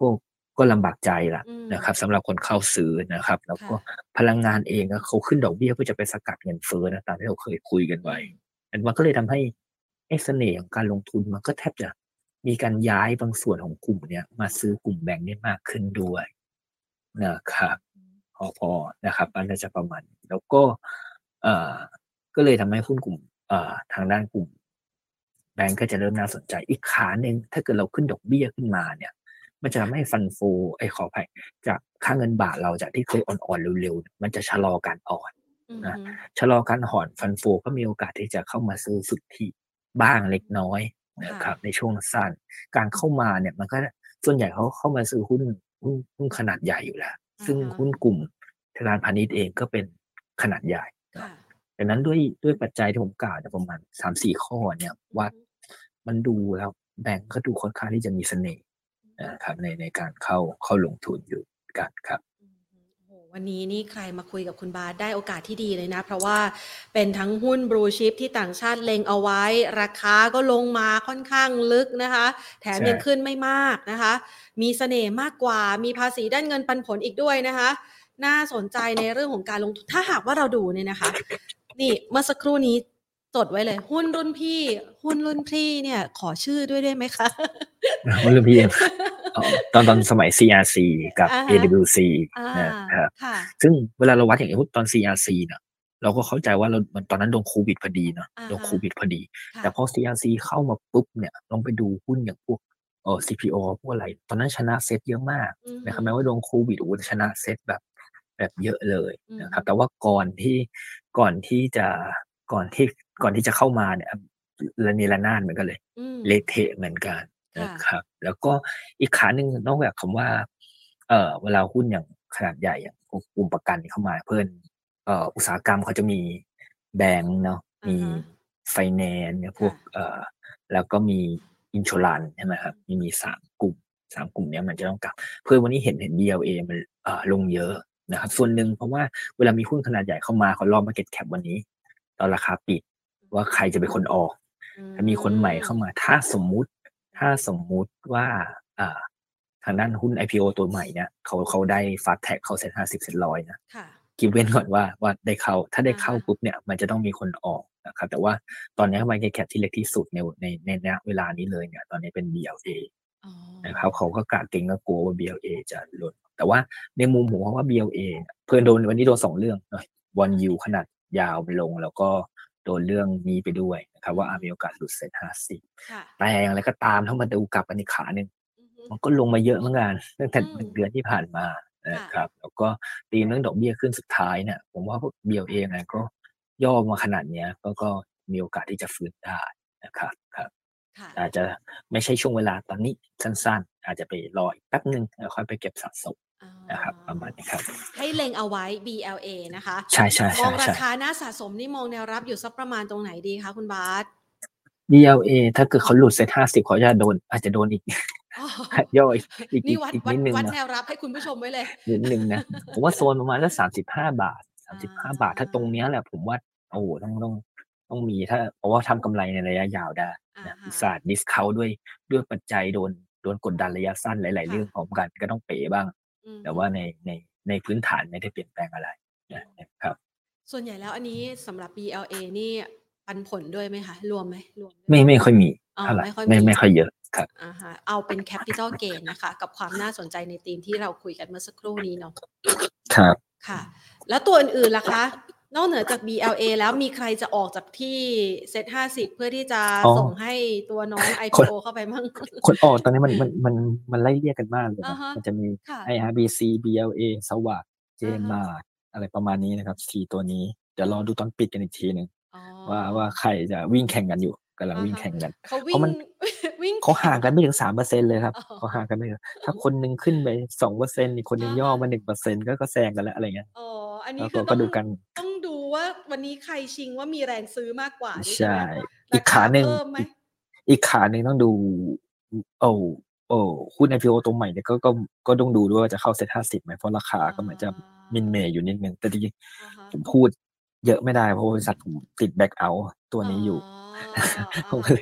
ก็ก็ลำบากใจละนะครับสำหรับคนเข้าซื้อนะครับแล้วก็พลังงานเองเขาขึ้นดอกเบี้ยเพื่อจะไปสกัดเงินเฟ้อนะตามที่เราเคยคุยกันไว้มันก็เลยทำให้ไอ้เสน่ห์ของการลงทุนมันก็แทบจะมีการย้ายบางส่วนของกลุ่มเนี้ยมาซื้อกลุ่มแบงก์ได้มากขึ้นด้วยนะครับพอพอนะครับอันนี้จะประมาณแล้วก็เอ่อก็เลยทำให้หุ้นกลุ่มเอ่อทางด้านกลุ่มแบงก์ก็จะเริ่มน่าสนใจอีกขาหนึ่งถ้าเกิดเราขึ้นดอกเบี้ยขึ้นมาเนี่ยมันจะทำให้ฟันโฟไอ้ขออภัยจากค่าเงินบาทเราจากที่เคยอ่อนๆเร็วๆมันจะชะลอการอ่อนนะชะลอการอ่อนฟันโฟก็มีโอกาสที่จะเข้ามาซื้อสุทธิบ้างเล็กน้อยนะครับในช่วงสั้นการเข้ามาเนี่ยมันก็ส่วนใหญ่เขาเข้ามาซื้อหุ้นหุ้นหุ้นขนาดใหญ่อยู่แล้วซึ่งหุ้นกลุ่มธนาคารพาณิชย์เองก็เป็นขนาดใหญ่ดังนั้นด้วยด้วยปัจจัยที่ผมกล่าวประมาณ สามถึงสี่ ข้อเนี่ยว่ามันดูแล้วแบงก์ก็ดูค่อนข้างที่จะมีเสน่ห์นะครับในในการเข้าเข้าลงทุนอยู่กันครับวันนี้นี่ใครมาคุยกับคุณบาสได้โอกาสที่ดีเลยนะเพราะว่าเป็นทั้งหุ้นบลูชิปที่ต่างชาติเล็งเอาไว้ราคาก็ลงมาค่อนข้างลึกนะคะแถมยังขึ้นไม่มากนะคะมีเสน่ห์มากกว่ามีภาษีด้านเงินปันผลอีกด้วยนะคะน่าสนใจในเรื่องของการลงทุนถ้าหากว่าเราดูเนี่ยนะคะนี่เมื่อสักครู่นี้จดไว้เลยหุ้นรุ่นพี่หุ้นรุ่นพี่เนี่ยขอชื่อด้วยได้ไหมคะหุ้นรุ่นพี่ตอนตอนสมัย ซี อาร์ ซี กับ เอ ดับเบิลยู ซี นะครับซึ่งเวลาเราวัดอย่างไอ้หุ้นตอน ซี อาร์ ซี เนี่ยเราก็เข้าใจว่าเราตอนนั้นโดนโควิดพอดีเนาะโดนโควิดพอดีแต่พอ ซี อาร์ ซี เข้ามาปุ๊บเนี่ยลองไปดูหุ้นอย่างพวกเอ่อ ซี พี โอ พวกอะไรตอนนั้นชนะเซ็ตเยอะมากนะครับแม้ว่าโดนโควิดโอ้ชนะเซ็ตแบบแบบเยอะเลยนะครับแต่ว่าก่อนที่ก่อนที่จะก่อนที่ก่อนที่จะเข้ามาเนี่ยระเนระนาดเหมือนกันเลยเละเทะเหมือนกันนะครับแล้วก็อีกขาหนึ่งนอกจากคำว่าเอ่อเวลาหุ้นอย่างขนาดใหญ่อย่างกลุ่มประกันเข้ามาเพิ่มเอ่ออุตสาหกรรมเขาจะมีแบงก์เนาะมีไฟแนนซ์เนี่ยพวกเอ่อแล้วก็มีอินชัวรันใช่ไหมครับมีมีสามกลุ่มสามกลุ่มนี้มันจะต้องกลับเพื่อวันนี้เห็นเห็น บี แอล เอ มันเอ่อลงเยอะนะครับส่วนหนึ่งเพราะว่าเวลามีหุ้นขนาดใหญ่เข้ามาเขารอ market cap วันนี้ตอนราคาปิดว่าใครจะเป็นคนออกถ้ามีคนใหม่เข้ามาถ้าสมมุติถ้าสมมุติว่าอ่าทางด้านหุ้น ไอ พี โอ ตัวใหม่เนี่ยเขาเขาได้ fast tag เข้าเซ็ตห้าสิบเซ็ตร้อยนะกิฟเว้นก่อนว่าว่าได้เข้าถ้าได้เข้าปุ๊บเนี่ยมันจะต้องมีคนออกนะครับแต่ว่าตอนนี้ market cap ที่เล็กที่สุดในในในณเวลานี้เลยเนี่ยตอนนี้เป็น บี แอล เอ นะครับเขาก็กะเก่งก็กลัวว่า บี แอล เอ จะหล่นแต่ว่าในมุมผมว่า บี แอล เอ เพื่อนโดนวันนี้โดนสองเรื่องเนาะบอนด์ยิลด์ขนาดยาวไปลงแล้วก็โดนเรื่องนี้ไปด้วยนะครับว่ามีโอกาสหลุดเซ็ตห้าสิบแต่อย่างไรก็ตามถ้ามาดูกลับกันอีกขาหนึ่งมันก็ลงมาเยอะเหมือนกันตั้งแต่หนึ่งเดือนที่ผ่านมานะครับแล้วก็ตีเรื่องดอกเบี้ยขึ้นสุดท้ายเนี่ยผมว่าพวก บี แอล เอ นะก็ย่อมาขนาดนี้ก็ก็มีโอกาสที่จะฟื้นได้นะครับครับอาจจะไม่ใช่ช่วงเวลาตอนนี้สั้นๆอาจจะไปรออีกแป๊บนึงแล้วค่อยไปเก็บสะสมนะครับประมาณนี้ครับให้เล็งเอาไว้ บี แอล เอ นะคะใช่ใช่มองราคาน่าสะสมนี่มองแนวรับอยู่สักประมาณตรงไหนดีคะคุณบาสบี แอล เอ ถ้าเกิดเขาหลุดเซ็ตห้าสิบเขาจะโดนอาจจะโดนอีกย่อยอีกอีกนิดนึงนะวัดแนวรับให้คุณผู้ชมไว้เลยนิดนึงนะผมว่าโซนประมาณสักสามสิบห้าบาทสามสิบห้าบาทถ้าตรงนี้แหละผมว่าโอ้ต้องต้องต้องมีถ้าเพราะว่าทำกำไรในระยะยาวได้นะศาสตร์ดิสเคาท์ด้วยด้วยปัจจัยโดนโดนกดดันระยะสั้นหลายๆเรื่องพร้อมกันก็ต้องเป๋บ้างแต่ว่าในในในพื้นฐานไม่ได้เปลี่ยนแปลงอะไรนะครับส่วนใหญ่แล้วอันนี้สำหรับ บี แอล เอ นี่ปันผลด้วยไหมคะรวมไหมรวมไม่ไม่ค่อยมีเท่าไหร่ไม่ไม่ค่อยเยอะครับอ่าฮะเอาเป็น capital gain นะคะกับความน่าสนใจในธีมที่เราคุยกันเมื่อสักครู่นี้เนาะครับค่ะแล้วตัวอื่นๆล่ะคะนอกเหนือจาก บี แอล เอ แล้วมีใครจะออกจากที่เซ็ตห้าสิบเพื่อที่จะส่งให้ตัวน้อง ไอ พี โอ เข้าไปมั่งคนออกตอนนี้มันมันมันมันไล่เรียกกันมากเลยนะมันจะมี ไอ อาร์ บี ซี บี แอล เอ สวัสดิ์ เจมาร์อะไรประมาณนี้นะครับสี่ตัวนี้เดี๋ยวรอดูตอนปิดกันอีกทีนึงว่าว่าใครจะวิ่งแข่งกันอยู่กำลังวิ่งแข่งกันเพราะมันเขาห่างกันไม่ถึง สามเปอร์เซ็นต์ เลยครับเขาห่างกันไม่ถึงถ้าคนนึงขึ้นไป สองเปอร์เซ็นต์ อีกคนนึงย่อมา หนึ่งเปอร์เซ็นต์ ก็ก็แซงกันแล้วอะไรเงี้ยอ๋ออันนี้คือต้องดูกันต้องดูว่าวันนี้ใครชิงว่ามีแรงซื้อมากกว่าใช่อีกขาหนึ่งอีกขาหนึ่งต้องดูโอ้โอ้หุ้น ไอ พี โอ ตัวใหม่เนี่ยก็ก็ก็ต้องดูด้วยว่าจะเข้าเซ็ตห้าสิบไหมเพราะราคาก็เหมือนจะมินเมย์อยู่นิดนึงแต่จริงๆผมพูดเยอะไม่ได้เพราะบริษัทผมติดแบ็คเอาท์ตัวนี้อยู่ผมก็เลย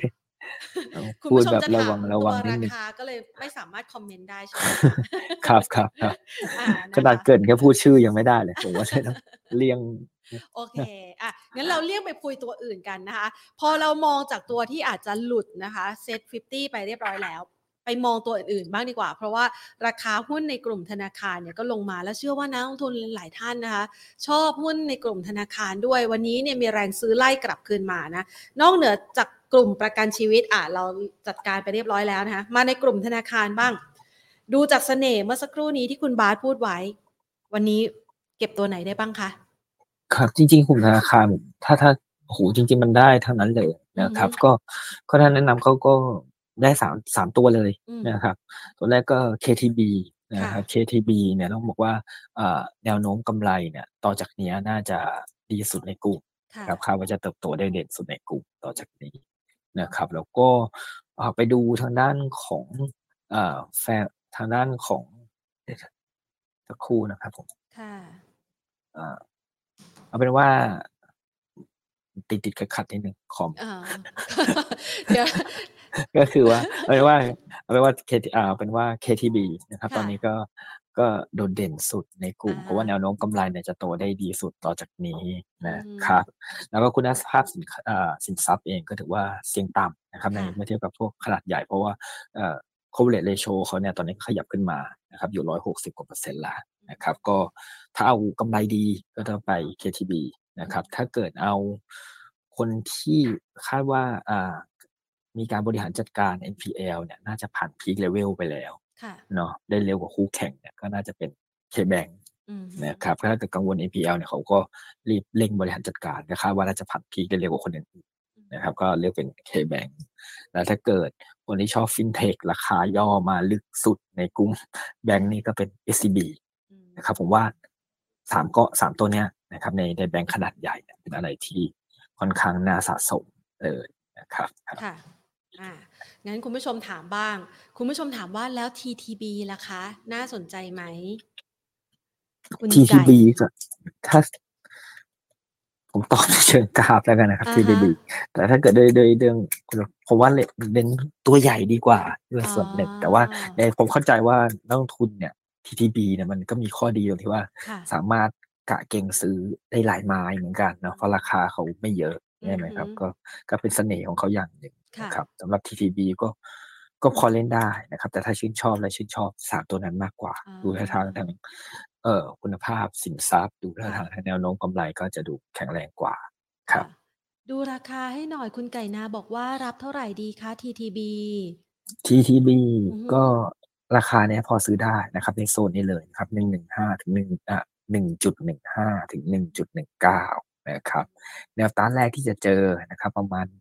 คุณพูดผู้ชมแบบระจะถามวังระตัววังนิดนึงราคาก็เลยไม่สามารถคอมเมนต์ได้ใช่ไหมคะครับครับครับอ่าขนะคะนาดเกรินแค่พูดชื่อยังไม่ได้เลยผมว่าต้องเลี่ยงโอเคอ่ะงั้นเราเลี่ยงไปคุยตัวอื่นกันนะคะพอเรามองจากตัวที่อาจจะหลุดนะคะเซ็ตห้าสิบไปเรียบร้อยแล้วไปมองตัวอื่นๆบ้างดีกว่าเพราะว่าราคาหุ้นในกลุ่มธนาคารเนี่ยก็ลงมาแล้วเชื่อว่านักลงทุนหลายท่านนะคะชอบหุ้นในกลุ่มธนาคารด้วยวันนี้เนี่ยมีแรงซื้อไล่กลับคืนมานะนอกเหนือจากกลุ่มประกันชีวิตอ่ะเราจัดการไปเรียบร้อยแล้วนะคะมาในกลุ่มธนาคารบ้างดูจากเสน่ห์เมื่อสักครู่นี้ที่คุณบาสพูดไว้วันนี้เก็บตัวไหนได้บ้างคะครับจริงๆกลุ่มธนาคารถ้าถ้าโอ้โหจริงๆมันได้ทั้งนั้นเลยนะครับ ก็ก็ถ้าแนะนำเขาก็ได้สามสามตัวเลยนะครับตัวแรกก็ เค ที บี นะครับ เค ที บี เนี่ยต้องบอกว่าอ่าแนวโน้มกำไรเนี่ยต่อจากนี้น่าจะดีสุดในกลุ่มนะครับคาดว่าจะเติบโตได้เด่นสุดในกลุ่มต่อจากนี้นะครับแล้วก็อ่าไปดูทางด้านของอ่าแฟทางด้านของเดี๋ยวสักครู่นะครับผมอ่า เอาเป็นว่าติดติดขัดขัดนิดนึงคอมเดี๋ยวก็คือว่าเอาเป็นว่าเอาเป็นว่าเคอ่าเป็นว่า เค ที บี นะครับตอนนี้ก็ก็โดดเด่นสุดในกลุ่มเพราะว่าแนวโน้มกำไรเนี่ยจะโตได้ดีสุดต่อจากนี้นะครับแล้วก็คุณภาพสินอ่าสินทรัพย์เองก็ถือว่าเสี่ยงต่ำนะครับในเมื่อเทียบกับพวกขนาดใหญ่เพราะว่าเอ่อ coverage ratio เขาเนี่ยตอนนี้ขยับขึ้นมานะครับอยู่หนึ่งร้อยหกสิบกว่าเปอร์เซ็นต์แล้วนะครับก็ถ้าเอากำไรดีก็ต้องไป เค ที บี นะครับถ้าเกิดเอาคนที่คาดว่าอ่ามีการบริหารจัดการ เอ็น พี แอล เนี่ยน่าจะผ่าน peak level ไปแล้วเนาะได้เร็วกว่าคู่แข่งเนี่ยก็น่าจะเป็น K-Bank นะครับถ้าเกิดกังวล เอ็น พี แอล เนี่ยเขาก็รีบเร่งบริหารจัดการก็คาดว่าน่าจะผ่าน peak ได้เร็วกว่าคนอื่นๆนะครับก็เลือกเป็น K-Bank แล้วถ้าเกิดคนที่ชอบ FinTech ราคาย่อมาลึกสุดในกลุ่มแบงก์นี่ก็เป็น เอส ซี บี นะครับผมว่าสามก็สามตัวเนี้ยนะครับในในแบงก์ขนาดใหญ่เป็นอะไรที่ค่อนข้างน่าสะสมเลยนะครับค่ะอ่างั้นคุณผู้ชมถามบ้างคุณผู้ชมถามว่าแล้ว ที ที บี ล่ะคะน่าสนใจไหมที ที บี ก็ถ้าผมตอบในเชิงกราฟแล้วกันนะครับ ที ที บี แต่ถ้าเกิดด้วยด้วยเรื่องผมว่าเน้นตัวใหญ่ดีกว่าด้วยส่วนหนึ่งแต่ว่าในผมเข้าใจว่านักลงทุนเนี่ย ที ที บี เนี่ยมันก็มีข้อดีตรงที่ว่าสามารถกะเก็งซื้อได้หลายไม้เหมือนกันเนาะเพราะราคาเขาไม่เยอะใช่ไหมครับก็ก็เป็นเสน่ห์ของเขาอย่างหนึ่งนะครับสำหรับ ที ที บี ก็ก็พอเล่นได้นะครับแต่ถ้าชื่นชอบและชื่นชอบสามตัวนั้นมากกว่าดูท่าทางทางเอ่อคุณภาพสินทรัพย์ดูท่าทางแนวโน้มกำไรก็จะดูแข็งแรงกว่าครับดูราคาให้หน่อยคุณไก่นาบอกว่ารับเท่าไหร่ดีคะ ที ที บีที ที บี ก็ราคาเนี้ยพอซื้อได้นะครับในโซนนี้เลยครับหนึ่งจุดหนึ่งห้าถึง1อ่ะหนึ่งจุดหนึ่งห้าถึงหนึ่งจุดหนึ่งเก้านะครับแนวต้านแรกที่จะเจอนะครับประมาณ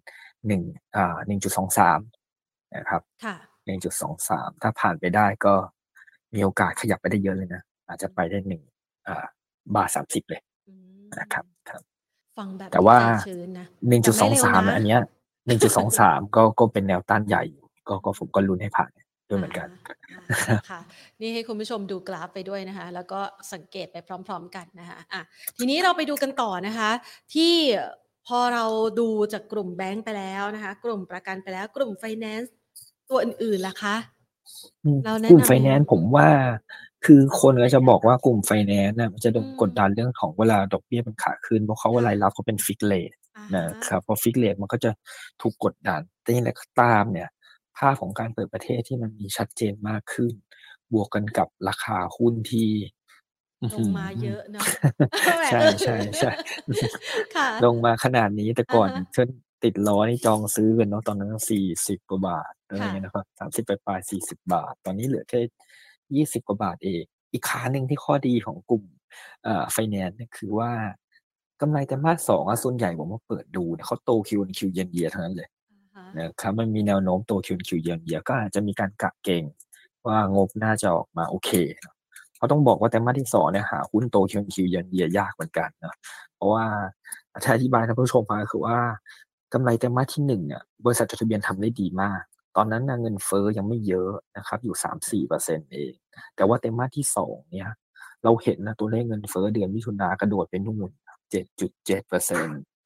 1อ่าหนึ่งจุดสองสามนะครับค่ะหนึ่งจุดสองสามถ้าผ่านไปได้ก็มีโอกาสขยับไปได้เยอะเลยนะอาจจะไปได้หนึ่งอ่าบาทสามสิบเลยนะครับครับฟังแบบแต่ว่าชื้นนะหนึ่งจุดสองสามอันเนี้ยหนึ่งจุดสองสามก็ก็เป็นแนวต้านใหญ่ก็ก็ผมก็ลุ้นให้ผ่านด้วยเหมือนกันค่ะนี่ให้คุณผู้ชมดูกราฟไปด้วยนะคะแล้วก็สังเกตไปพร้อมๆกันนะคะอ่ะทีนี้เราไปดูกันต่อนะคะที่พอเราดูจากกลุ่มแบงก์ไปแล้วนะคะกลุ่มประกันไปแล้วกลุ่มไฟแนนซ์ตัวอื่นๆล่ะคะเราแนะนำกลุ่มไฟแนนซ์ผมว่าคือคนก็จะบอกว่ากลุ่มไฟแนนซ์น่ะมันจะโดนกดดันเรื่องของเวลาดอกเบี้ยมันขาขึ้นเพราะเขารายรับเขาเป็นฟิกเรทนะครับพอฟิกเรทมันก็จะถูกกดดันแต่อย่างไรก็ตามเนี่ยภาพของการเปิดประเทศที่มันมีชัดเจนมากขึ้นบวกกันกับราคาหุ้นที่ลงมาเยอะเนาะใช่ใช่ใช่ลงมาขนาดนี้แต่ก่อนเช่นติดล้อนี่จองซื้อกันเนาะตอนนั้นสี่สิบกว่าบาทอะไรเงี้ยนะครับสามสิบปลายๆสี่สิบบาทตอนนี้เหลือแค่ยี่สิบกว่าบาทเองอีกขาหนึ่งที่ข้อดีของกลุ่มเอ่อไฟแนนซ์เนี่ยคือว่ากำไรไตรมาสสองอ่ะส่วนใหญ่ผมว่าเปิดดูเนี่ยเขาโตคิวคิวเยียนเยียทั้งนั้นเลยนะครับมันมีแนวโน้มโตคิวคิวเยียนเยียก็อาจจะมีการกะเก่งว่างบน่าจะออกมาโอเคเขาต้องบอกว่าไตรมาสที่สองเนี่ยหาหุ้นโตคิวคิวเยียนเยียยากเหมือนกันนะเพราะว่าถ้าอธิบายท่านผู้ชมฟังก็คือว่ากำไรไตรมาสที่หนึ่งเนี่ยบริษัทจดทะเบียนทำได้ดีมากตอนนั้นเงินเฟ้อยังไม่เยอะนะครับอยู่ สามถึงสี่เปอร์เซ็นต์ เองแต่ว่าไตรมาสที่สองเนี่ยเราเห็นนะตัวเลขเงินเฟ้อเดือนมิถุนากระโดดไปนู่น เจ็ดจุดเจ็ดเปอร์เซ็นต์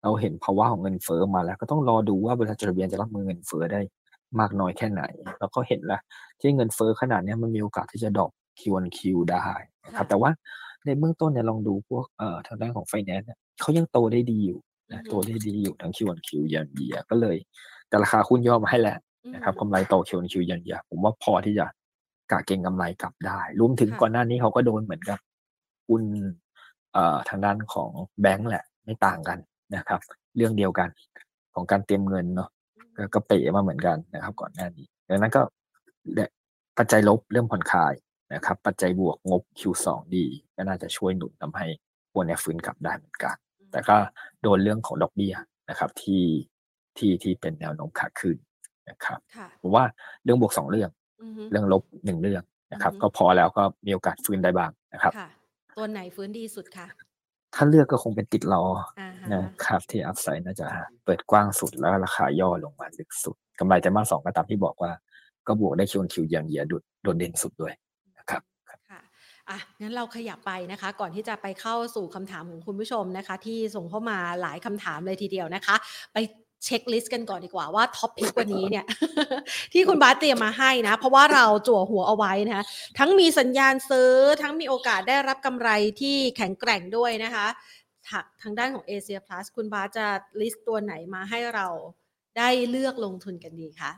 เราเห็นภาวะของเงินเฟ้อมาแล้วก็ต้องรอดูว่าบริษัทจดทะเบียนจะรับมือเงินเฟ้อได้มากน้อยแค่ไหนเราก็เห็นแล้วที่เงินเฟ้อขนาดนี้มันมีโอกาสที่จะดรอป คิว ออน คิว ได้นะครับแต่ว่าในเบื้องต้นเนี่ยลองดูพวกเอ่อทางด้านของไฟแนนซ์เนี่ยเขายังโตได้ดีอยู่นะโตได้ดีอยู่ทั้ง คิว ออน คิว year on year ก็เลยแต่ราคาหุ้นย่อมาให้แล้วนะครับกำไรโต คิว ออน คิว year on year ผมว่าพอที่จะกะเก็งกำไรกลับได้รวมถึงก่อนหน้านี้เขาก็โดนเหมือนกับหุ้นเอ่อทางด้านของแบงก์แหละไม่ต่างกันนะครับเรื่องเดียวกันของการเตรียมเงินเนาะก็เป๋มาเหมือนกันนะครับก่อนหน้านี้ดังนั้นก็ปัจจัยลบเริ่มผ่อนคลายนะครับปัจจัยบวกงบ คิว ทู ดีก็น่าจะช่วยหนุนทำให้พวกนี้ฟื้นกลับได้เหมือนกันแต่ก็โดนเรื่องของดอกเบี้ยนะครับที่ที่ที่เป็นแนวโน้มขาขึ้นนะครับผมว่าเรื่องบวกสองเรื่องเรื่องลบหนึ่งเรื่องนะครับก็พอแล้วก็มีโอกาสฟื้นได้บ้างนะครับตัวไหนฟื้นดีสุดคะถ้าเลือกก็คงเป็นติดล้อนะครับที่อัพไซด์น่าจะเปิดกว้างสุดแล้วราคาย่อลงมาลึกสุดกำไรแต่มาสองก็ตามที่บอกว่าก็บวกได้คิวคิวอย่างเยียดุดโดดเด่นสุดด้วยนะครับค่ะอ่ะงั้นเราขยับไปนะคะก่อนที่จะไปเข้าสู่คำถามของคุณผู้ชมนะคะที่ส่งเข้ามาหลายคำถามเลยทีเดียวนะคะไปเช็คลิสต์กันก่อนดีกว่าว่าท็อปพิกวันนี้เนี่ย ที่คุณบาสเตรียมมาให้นะเพราะว่าเราจั่วหัวเอาไว้นะคะทั้งมีสัญญาณซื้อทั้งมีโอกาสได้รับกำไรที่แข็งแกร่งด้วยนะคะทางด้านของ Asia Plus คุณบาสจะลิสต์ตัวไหนมาให้เราได้เลือกลงทุนกันดีคะ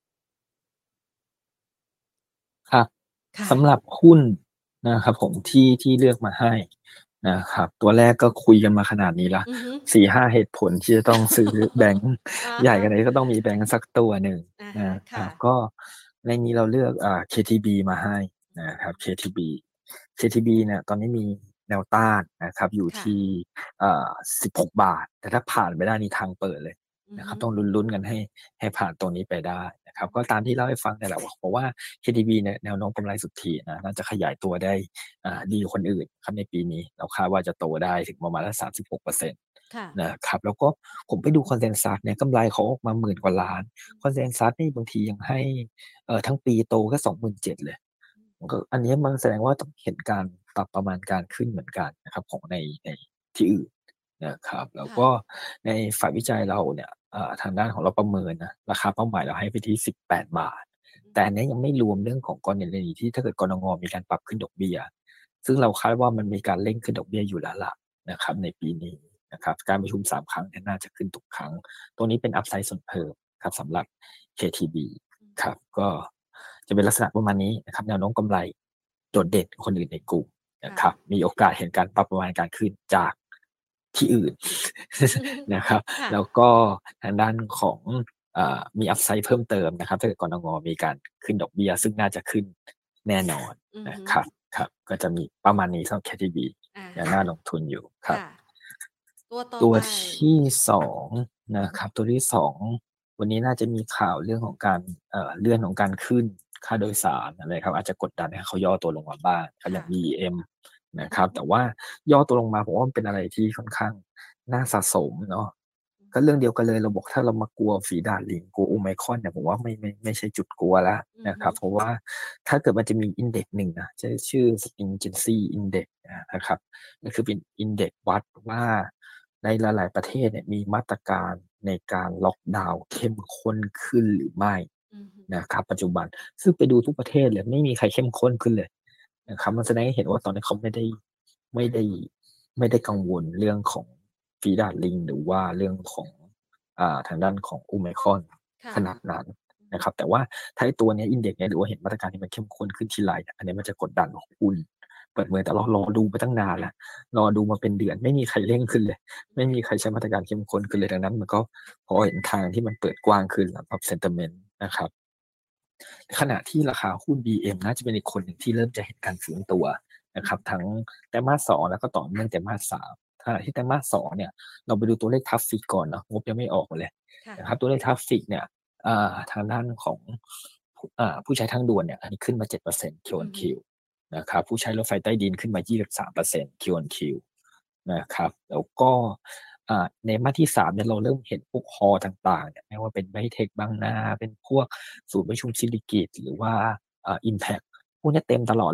ครับสำหรับหุ้นนะครับผมที่ที่เลือกมาให้นะครับตัวแรกก็คุยกันมาขนาดนี้ละสี่ห้าเหตุผลที่จะต้องซื้อแบงค์ใหญ่กันเลยก็ต้องมีแบงค์สักตัวหนึ่งนะครับก็ในนี้เราเลือกอ่า เค ที บี มาให้นะครับ เค ที บี เค ที บี เนี่ยตอนนี้มีแนวต้านนะครับอยู่ที่อ่าสิบหกบาทแต่ถ้าผ่านไปได้นี่ทางเปิดเลยนะครับต้องลุ้นๆกันให้ให้ผ่านตรงนี้ไปได้นะครับก็ตามที่เล่าให้ฟังนี่แหละเพราะว่า เค ที บี เนี่ยแนวโน้มกำไรสุทธินะน่าจะขยายตัวได้อ่าดีกว่าคนอื่นครับในปีนี้เราคาดว่าจะโตได้ถึงประมาณสามสิบหกเปอร์เซ็นต์นะครับแล้วก็ผมไปดูคอนเซนแซสเนี่ยกำไรเขาออกมาหมื่นกว่าล้านคอนเซนแซสนี่บางทียังให้เอ่อทั้งปีโตแค่สองหมื่นเจ็ดเลยก็อันนี้มันแสดงว่าต้องเห็นการปรับประมาณการขึ้นเหมือนกันนะครับของในในที่อื่นนะครับแล้วก็ในฝ่ายวิจัยเราเนี่ยทางด้านของเราประเมินนะราคาเป้าหมายเราให้ไปที่สิบแปดบาทแต่อันนี้ยังไม่รวมเรื่องของกรณีที่ถ้าเกิดกนงมีการปรับขึ้นดอกเบี้ยซึ่งเราคาดว่ามันมีการเร่งขึ้นดอกเบี้ยอยู่แล้วล่ะนะครับในปีนี้นะครับการประชุมสามครั้งน่าจะขึ้นทุกครั้งตัวนี้เป็นอัพไซด์ส่วนเพิ่มครับสำหรับ เค ที บี ครับก็จะเป็นลักษณะประมาณนี้นะครับแนวโน้มกำไรโดดเด่นคนอื่นในกลุ่มนะครับมีโอกาสเห็นการปรับประมาณการขึ้นจากที่อื่นนะครับแล้วก็ทางด้านของมีอัพไซด์เพิ่มเติมนะครับถ้าเกิดกนงมีการขึ้นดอกเบี้ยซึ่งน่าจะขึ้นแน่นอนนะครับครับก็จะมีประมาณนี้สำหรับ เค ที บี ยังน่าลงทุนอยู่ครับตัวตัวที่สองนะครับตัวที่สองวันนี้น่าจะมีข่าวเรื่องของการเอ่อเลื่อนของการขึ้นค่าโดยสารอะไรครับอาจจะกดดันให้เขาย่อตัวลงมาบ้างครับอย่าง บี อี เอ็ม นะครับแต่ว่าย่อตัวลงมาผมว่ามันเป็นอะไรที่ค่อนข้างน่าสะสมเนาะก็เรื่องเดียวกันเลยเราบอกถ้าเรามากลัวฝีดาดลิงกลัวโอไมครอนเนี่ยผมว่าไม่ไม่ไม่ใช่จุดกลัวแล้วนะครับเพราะว่าถ้าเกิดมันจะมีอินเด็กซ์หนึ่งนะจะชื่อ stringency index นะครับก็คือเป็นอินเด็กซ์วัดว่าในหลายๆประเทศเนี่ยมีมาตรการในการล็อกดาวน์เข้มข้นขึ้นหรือไม่นะครับปัจจุบันซึ่งไปดูทุกประเทศเลยไม่มีใครเข้มข้นขึ้นเลยนะครับมันแสดงให้เห็นว่าตอนนี้เขาไม่ได้ไม่ได้ไม่ได้กังวลเรื่องของฝีดาดลิงหรือว่าเรื่องของอ่าทางด้านของโอไมครอนขนาดนั้นนะครับแต่ว่าถ้าไอ้ตัวนี้อินเด็กซ์เนี่ยหรือว่าเห็นมาตรการที่มันเข้มข้นขึ้นทีไรอันนี้มันจะกดดันหุ้นเปิดเมืองแต่เรารอดูมาตั้งนานแล้วรอดูมาเป็นเดือนไม่มีใครเร่งขึ้นเลยไม่มีใครใช้มาตรการเข้มข้นขึ้นเลยดังนั้นมันก็พอเห็นทางที่มันเปิดกว้างขึ้นแล้วกับเซนติเมนต์นะครับขณะที่ราคาหุ้น บี เอ็ม น่าจะเป็นอีกคนหนึ่งที่เริ่มจะเห็นการฟื้นตัวนะครับทั้งไตรมาสสองแล้วก็ต่อเนื่องไตรมาสสามขณะที่ไตรมาสสองเนี่ยเราไปดูตัวเลขทราฟฟิกก่อนนะงบยังไม่ออกเลยนะครับตัวเลขทราฟฟิกเนี่ยทางด้านของผู้ใช้ทางด่วนเนี่ยอันนี้ขึ้นมา เจ็ดเปอร์เซ็นต์ Q on Q นะครับผู้ใช้รถไฟใต้ดินขึ้นมา ยี่สิบสามเปอร์เซ็นต์ Q on Q นะครับแล้วก็ในมาสที่สามเนี่ยเราเริ่มเห็นพวกฮอลต่างๆเนี่ยไม่ว่าเป็นไบเทคบางนาเป็นพวกศูนย์ประชุมซิลิกิตหรือว่าอิมแพคพวกนี้เต็มตลอดเลย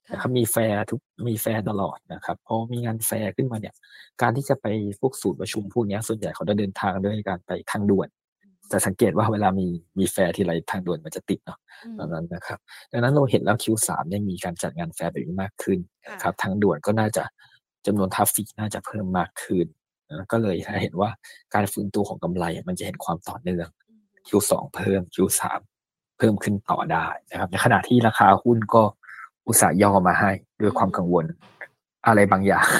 นะครับมีแฟร์ทุกมีแฟร์ตลอดนะครับพอมีงานแฟร์ขึ้นมาเนี่ยการที่จะไปพวกศูนย์ประชุมพวกนี้ส่วนใหญ่เขาจะเดินทางด้วยการไปทางด่วนจะสังเกตว่าเวลามีมีแฟร์ทีไรทางด่วนมันจะติดเนาะตอนนั้นนะครับดังนั้นเราเห็นแล้ว คิว สาม เนี่ยมีการจัดงานแฟร์แบบนี้มากขึ้นนะครับทางด่วนก็น่าจะจำนวนทราฟฟิกน่าจะเพิ่มมากขึ้นก็เลยเห็นว่าการฟื้นตัวของกำไรมันจะเห็นความต่อเนื่อง คิว สอง เพิ่ม คิว สาม เพิ่มขึ้นต่อได้นะครับในขณะที่ราคาหุ้นก็อุตส่าห์ย่อมาให้ด้วยความกังวลอะไรบางอย่าง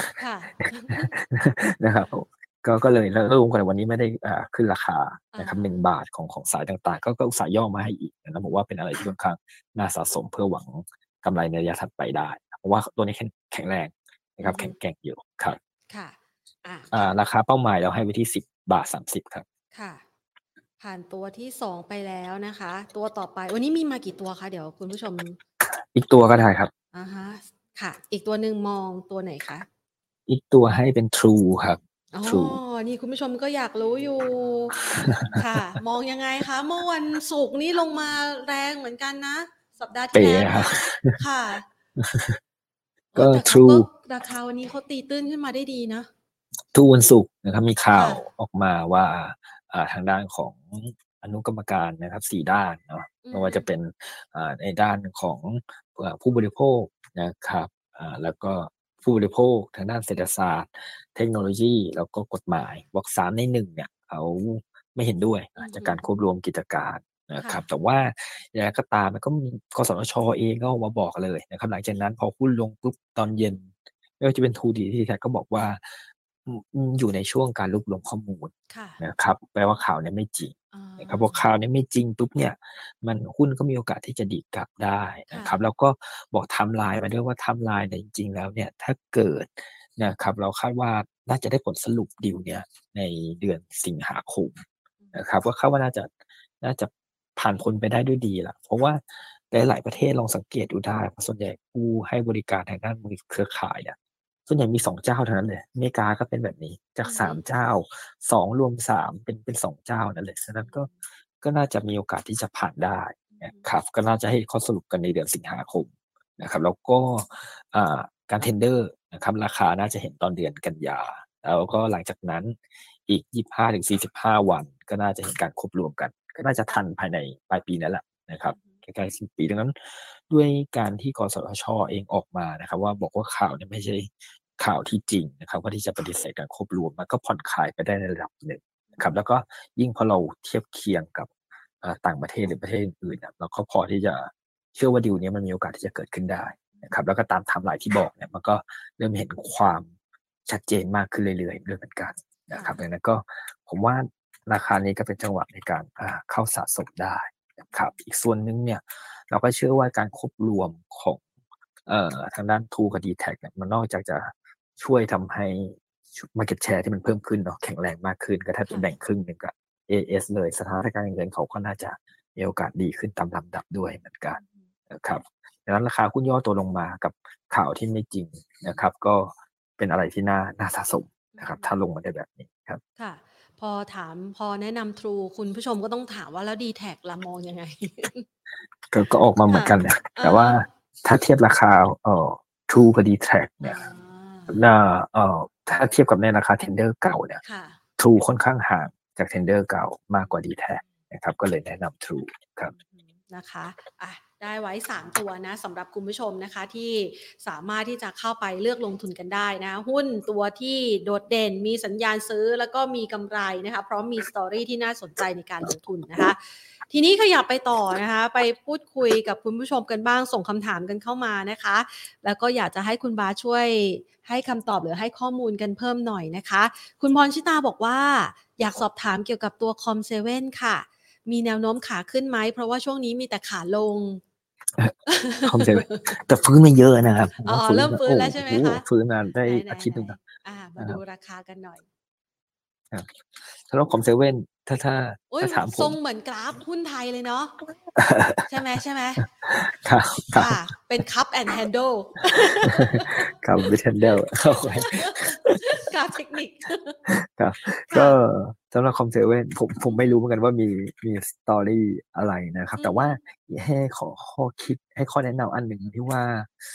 นะครับก็ก็เลยแล้วรวมกันวันนี้ไม่ได้ขึ้นราคานะครับหนึ่งบาทของของสายต่างๆก็ก็อุตส่าห์ย่อมาให้อีกนะผมว่าเป็นอะไรที่ค่อนข้างน่าสะสมเพื่อหวังกำไรในระยะถัดไปได้เพราะว่าตัวนี้แข็งแรงนะครับแข็งแกร่งอยู่ครับค่ะอ่าราคาเป้าหมายเราให้ไว้ที่สิบบาทสามสิบครับค่ะผ่านตัวที่สองไปแล้วนะคะตัวต่อไปวันนี้มีมากี่ตัวคะเดี๋ยวคุณผู้ชมอีกตัวก็ได้ครับอ่าฮะค่ะอีกตัวหนึ่งมองตัวไหนคะอีกตัวให้เป็น True ครับ True อ๋อนี่คุณผู้ชมก็อยากรู้อยู่ค่ะมองยังไงคะเมื่อวันศุกร์นี้ลงมาแรงเหมือนกันนะสัปดาห์ที่แล้วค่ะก็ True ราคาวันนี้เขาตีตื้นขึ้นมาได้ดีนะทุกวันศุกร์นะครับมีข่าวออกมาว่าทางด้านของอนุกรรมการนะครับสี่ด้านเนาะไม่ว่าจะเป็นในด้านของผู้บริโภคนะครับแล้วก็ผู้บริโภคทางด้านเศรษฐศาสตร์เทคโนโลยีแล้วก็กฎหมายบอกสามในหนึ่งเนี่ยเขาไม่เห็นด้วยจากการควบรวมกิจการนะครับแต่ว่าอย่างไรก็ตามมันก็มีกสทช.เองก็มาบอกเลยนะครับหลังจากนั้นพอหุ้นลงปุ๊บตอนเย็นไม่ว่าจะเป็นทูดีที่แท้ก็บอกว่าอยู่ในช่วงการรวบรวมข้อมูลนะครับแปลว่าข่าวนี้ไม่จริงนะครับพอข่าวนี้ไม่จริงปุ๊บเนี่ยมันหุ้นก็มีโอกาสที่จะดีดกลับได้นะครับแล้วก็บอกไทม์ไลน์มาด้วยว่าไทม์ไลน์เนี่ยจริงๆแล้วเนี่ยถ้าเกิดนะครับเราคาดว่าน่าจะได้ผลสรุปดีลเนี่ยในเดือนสิงหาคมนะครับก็คาดว่าน่าจะน่าจะผ่านพ้นไปได้ด้วยดีละเพราะว่าหลายๆประเทศลองสังเกตดูได้ส่วนใหญ่ผู้ให้บริการทางด้านมือเครือข่ายอ่ะส่วนใหญ่มีสองเจ้าเท่านั้นเลยอเมริกาก็เป็นแบบนี้จากสามเจ้าสองรวมสามเป็นเป็นสองเจ้านั่นเลยฉะนั้นก็ก็น่าจะมีโอกาสที่จะผ่านได้นะครับก็น่าจะให้ข้อสรุปกันในเดือนสิงหาคมนะครับแล้วก็การเทนเดอร์นะครับราคาน่าจะเห็นตอนเดือนกันยาแล้วก็หลังจากนั้นอีก ยี่สิบห้าถึงสี่สิบห้า วันก็น่าจะเห็นการควบรวมกันก็น่าจะทันภายในปลายปีนั่นแหละนะครับใกล้ๆสิ้นปีดังนั้นด้วยการที่กสทช.เองออกมานะครับว่าบอกว่าข่าวเนี่ยไม่ใช่ข่าวที่จริงนะครับว่าที่จะปฏิเสธการควบรวมมันก็ผ่อนคลายไปได้ในระดับหนึ่งนะครับแล้วก็ยิ่งพอเราเทียบเคียงกับต่างประเทศหรือประเทศอื่นๆเราก็พอที่จะเชื่อว่าดีลนี้มันมีโอกาสที่จะเกิดขึ้นได้นะครับแล้วก็ตามไทม์ไลน์ที่บอกเนี่ยมันก็เริ่มเห็นความชัดเจนมากขึ้นเรื่อยๆด้วยเหมือนกันนะครับดังนั้นก็ผมว่าราคานี้ก็เป็นจังหวะในการเข้าสะสมได้นะครับอีกส่วนนึงเนี่ยเราก็เชื่อว่าการควบรวมของเอ่อทางด้าน True กับ ดี แท็ก เนี่ยมันนอกจากจะช่วยทำให้ market share ที่มันเพิ่มขึ้นเนาะแข็งแรงมากขึ้นก็แทบจะแบ่งครึ่งหนึ่งกับ เอ เอส เลยสถานการณ์เงินเขาก็น่าจะมีโอกาสดีขึ้นตามลำดับด้วยเหมือนกันนะครับดังนั้นราคาหุ้นย่อตัวลงมากับข่าวที่ไม่จริงนะครับก็เป็นอะไรที่น่าน่าสะสมนะครับถ้าลงมาได้แบบนี้ครับค่ะพอถามพอแนะนำ True คุณผู้ชมก็ต้องถามว่าแล้ว ดี แท็ก ละมองยังไงก็ก็ออกมาเหมือนกันเนี่ยแต่ว่าถ้าเทียบราคาเอ่อ True กับ ดี แท็ก เนี่ยน่าเอ่อถ้าเทียบกับในราคา Tender เก่าเนี่ย True ค่อนข้างห่างจาก Tender เก่ามากกว่า ดี แท็ก นะครับก็เลยแนะนำ True ครับนะคะอ่ะได้ไว้สามตัวนะสำหรับคุณผู้ชมนะคะที่สามารถที่จะเข้าไปเลือกลงทุนกันได้นะหุ้นตัวที่โดดเด่นมีสัญญาณซื้อแล้วก็มีกำไรนะคะเพราะมีสตอรี่ที่น่าสนใจในการลงทุนนะคะทีนี้ขยับไปต่อนะคะไปพูดคุยกับคุณผู้ชมกันบ้างส่งคำถามกันเข้ามานะคะแล้วก็อยากจะให้คุณบาช่วยให้คำตอบหรือให้ข้อมูลกันเพิ่มหน่อยนะคะคุณพรชิตาบอกว่าอยากสอบถามเกี่ยวกับตัวคอมเซเว่นค่ะมีแนวโน้มขาขึ้นไหมเพราะว่าช่วงนี้มีแต่ขาลงคอมเซเว่นแต่ฟื้นมาเยอะนะครับอ๋อเริ่มฟื้นแล้วใช่ไหมคะฟื้นมาได้อาทิตย์นึงอ่ามาดูราคากันหน่อยสำหรับคอมเซเว่นถ้าถ้าถ้าถามผมทรงเหมือนกราฟหุ้นไทยเลยเนาะใช่ไหมใช่ไหมครับค่ะเป็นคัพแอนด์แฮนเดิลครับเป็นแฮนเดิลกราฟเทคนิคครับก็สำหรับคอมเซเว่นผมผมไม่รู้เหมือนกันว่ามีมีสตอรี่อะไรนะครับแต่ว่าให้ขอข้อคิดให้ข้อแนะนำอันหนึ่งที่ว่า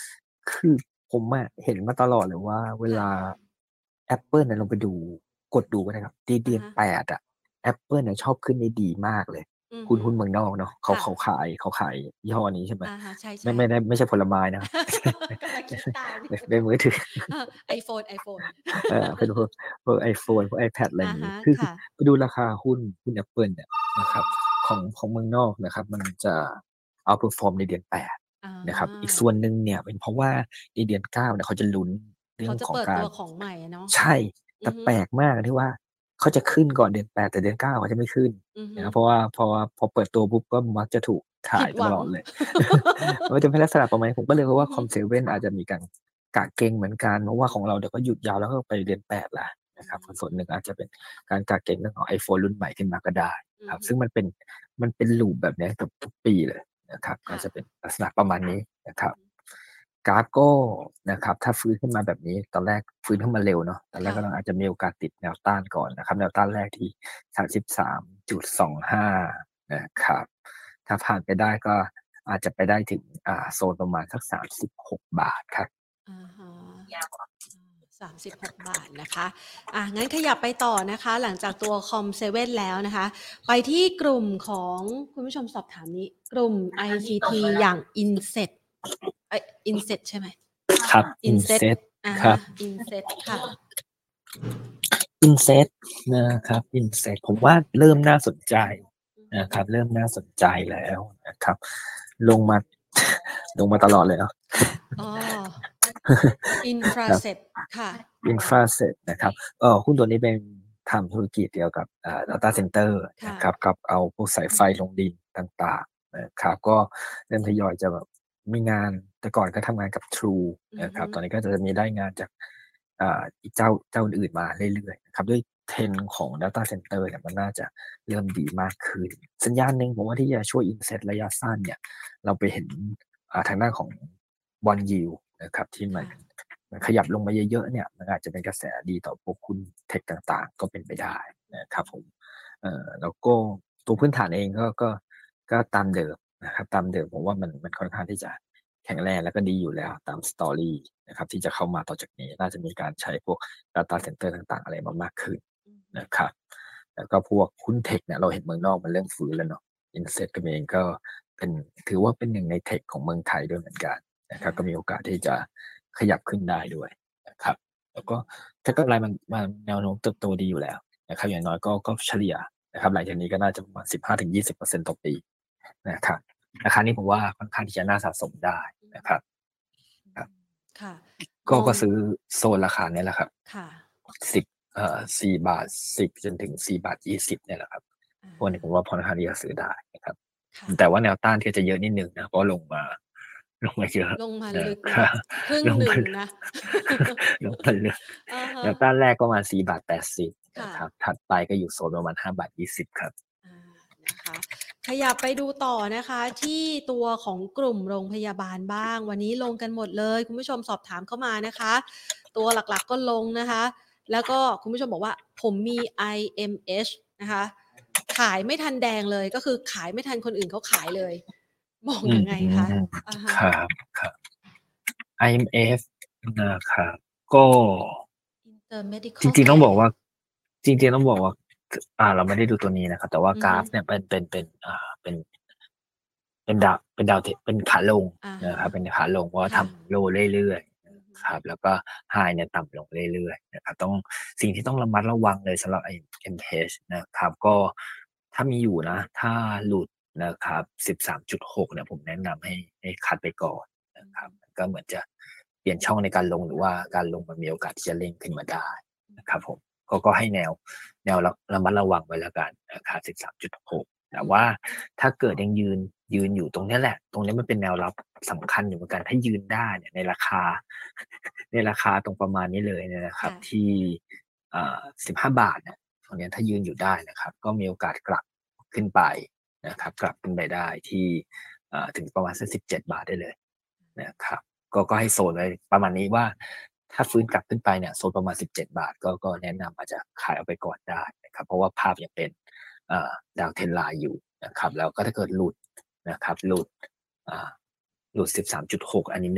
คือผมอะเห็นมาตลอดเลยว่าเวลา Apple เนี่ยลองไปดูกดดูก็ได้ครับเดือนแปดอะ Apple เนี่ยชอบขึ้นได้ดีมากเลยหุ้นหุ้นเมืองนอกเนาะเขาเขาขายเขาขายยี่ห้อนี้ใช่ไหมไม่ไม่ได้ไม่ใช่ผลไม้นะครับกำลังคิดตามเป็นมือถือไอโฟนไอโฟนเออเป็นพวกพวก iPhone พวก iPad อะไรอย่างงี้คือคือไปดูราคาหุ้นหุ้น Apple เนี่ยนะครับของของเมืองนอกนะครับมันจะ outperform ในเดือนแปดนะครับอีกส่วนหนึ่งเนี่ยเป็นเพราะว่าในเดือนเก้าเนี่ยเขาจะลุ้นเรื่องของการของใหม่เนาะใช่แต่แปลกมากที่ว่าเขาจะขึ้นก่อนเดือนแปดแต่เดือนเก้าเขาจะไม่ขึ้นนะครับเพราะว่าเพราะว่าพอเปิดตัวปุ๊บก็มักจะถูกขายตลอดเลยมันจะเป็นลักษณะประมาณนี้ผมก็เลยคิดว่าคอมเซเว่นอาจจะมีการกะเก็งเหมือนกันเพราะว่าของเราเดี๋ยวก็หยุดยาวแล้วก็ไปเดือนแปดแล้วนะครับส่วนหนึ่งอาจจะเป็นการกะเก็งเรื่องของ iPhone รุ่นใหม่ขึ้นมาก็ได้ครับซึ่งมันเป็นมันเป็นลูปแบบนี้ทุกปีเลยนะครับก็จะเป็นลักษณะประมาณนี้นะครับกราฟก็นะครับถ้าฟื้นขึ้นมาแบบนี้ตอนแรกฟื้นขึ้นมาเร็วเนาะตอนแรกก็อาจจะมีโอกาสติดแนวต้านก่อนนะครับแนวต้านแรกที่ สามสิบสามจุดสองห้า นะครับถ้าผ่านไปได้ก็อาจจะไปได้ถึงอ่าโซนประมาณสักสามสิบหกบาทครับอ่าฮะสามสิบหกบาทนะคะอ่ะงั้นขยับไปต่อนะคะหลังจากตัวคอมเซเว่นแล้วนะคะไปที่กลุ่มของคุณผู้ชมสอบถามนี้กลุ่ม ไอ ซี ที อย่าง Inset เอ้ย Inset ใช่ไหมครับ Inset ครับ Inset ค่ะ Inset นะครับ Inset ผมว่าเริ่มน่าสนใจนะครับเริ่มน่าสนใจแล้วนะครับลงมาลงมาตลอดเลยเนาะอ๋อ Infraset ค่ะ Infraset นะครับเอ่อหุ้นตัวนี้เป็นทำธุรกิจเกี่ยวกับเอ่อ data center นะครับกับเอาพวกสายไฟลงดินต่างๆนะครับก็เริ่มทยอยจะแบบมีงานแต่ก่อนก็ทำงานกับ True นะครับตอนนี้ก็จะมีได้งานจากอ่าอีกเจ้าเจ้าอื่นมาเรื่อยๆนะครับด้วยเทรนด์ของ data center เนี่ยมันน่าจะเริ่มดีมากขึ้นสัญญาณหนึ่งผมว่าที่จะช่วย Inset ระยะสั้นเนี่ยเราไปเห็นอ่าทางด้านของ Bond Yield นะครับที่มันมันขยับลงมาเยอะๆเนี่ยมันอาจจะเป็นกระแสดีต่อพวกหุ้นเทคต่างๆก็เป็นไปได้นะครับผมเอ่อแล้วก็ตัวพื้นฐานเองก็ก็ก็ตามเดิมนะครับตามเดิมผมว่ามันมันค่อนข้างที่จะแข็งแรงแล้วก็ดีอยู่แล้วตามสตอรี่นะครับที่จะเข้ามาต่อจากนี้น่าจะมีการใช้พวก data center ต่างๆอะไรมามากขึ้นนะครับแล้วก็พวกหุ้นเทคเนี่ยเราเห็นเมืองนอกมันเริ่มฟื้นแล้วเนาะ Inset ก็เองก็เป็นถือว่าเป็นหนึ่งในเทคของเมืองไทยด้วยเหมือนกันนะครับก็มีโอกาสที่จะขยับขึ้นได้ด้วยนะครับแล้วก็ถ้ากำไรมันมันแนวโน้มเติบโตดีอยู่แล้วนะครับอย่างน้อยก็ก็เฉลี่ยนะครับหลังจากนี้ก็น่าจะประมาณ สิบห้าถึงยี่สิบเปอร์เซ็นต์ ต่อปีนะครับราคานี้ผมว่าค่อนข้างที่จะน่าสะสมได้นะครับครับค่ะก็ก็ซื้อโซนราคานี้แหละครับค่ะสิบเอ่อสี่บาทสิบจนถึงสี่บาทยี่สิบเนี่ยแหละครับพวกนี้ผมว่าพอค่อนข้างที่จะซื้อได้นะครับแต่ว่าแนวต้านที่จะเยอะนิดนึงนะเพราะลงมาลงมาเยอะลงมาลึกครึ่งหนึ่งนะลงมาลึกแนวต้านแรกก็ประมาณสี่บาทแปดสิบนะครับถัดไปก็อยู่โซนประมาณห้าบาทยี่สิบครับนะคะขยับไปดูต่อนะคะที่ตัวของกลุ่มโรงพยาบาลบ้างวันนี้ลงกันหมดเลยคุณผู้ชมสอบถามเข้ามานะคะตัวหลักๆก็ลงนะคะแล้วก็คุณผู้ชมบอกว่าผมมี ไอ เอ็ม เอช นะคะขายไม่ทันแดงเลยก็คือขายไม่ทันคนอื่นเขาขายเลยมองยังไงคะครับครับ ไอ เอ็ม เอฟ นะครับก็จริงๆต้องบอกว่าจริงๆต้องบอกว่าอ่าเราไม่ได้ดูตัวนี้นะครับแต่ว่ากราฟเนี่ยเป็นเป็นเป็นอ่าเป็นเป็นดาวเป็นดาวเป็นขาลงนะครับเป็นขาลงเพราะว่าทำโลเรื่อยๆครับแล้วก็ไฮเนี่ยต่ำลงเรื่อยๆนะครับต้องสิ่งที่ต้องระมัดระวังเลยสำหรับไอ้ เอ็ม เอช นะครับก็ถ้ามีอยู่นะถ้าหลุดนะครับ สิบสามจุดหก เนี่ยผมแนะนำให้ให้คัดไปก่อนนะครับก็เหมือนจะเปลี่ยนช่องในการลงหรือว่าการลงมันมีโอกาสที่จะเร่งขึ้นมาได้นะครับผมก็ก็ให้แนวแนวระมัดระวังไว้แล้วกันนะครับ สิบสามจุดหก แต่ว่าถ้าเกิดยังยืนยืนอยู่ตรงนี้แหละตรงนี้มันเป็นแนวรับสำคัญอยู่เหมือนกันถ้ายืนได้เนี่ยในราคาในราคาตรงประมาณนี้เลยนะครับที่อ่าสิบห้าบาทเนี่ยตรงนี้ถ้ายืนอยู่ได้นะครับก็มีโอกาสกลับขึ้นไปนะครับกลับขึ้นไปได้ที่อ่าถึงประมาณสักสิบเจ็ดบาทได้เลยนะครับก็ก็ให้โซนไว้ประมาณนี้ว่าถ้าฟื้นกลับขึ้นไปเนี่ยโซนประมาณสิบเจ็ดบาทก็ก็แนะนำอาจจะขายเอาไปก่อนได้นะครับเพราะว่าภาพยังเป็นดาวเทรนไลน์อยู่นะครับแล้วก็ถ้าเกิดหลุดนะครับหลุดหลุด สิบสามจุดหก อันนี้ไม่ดี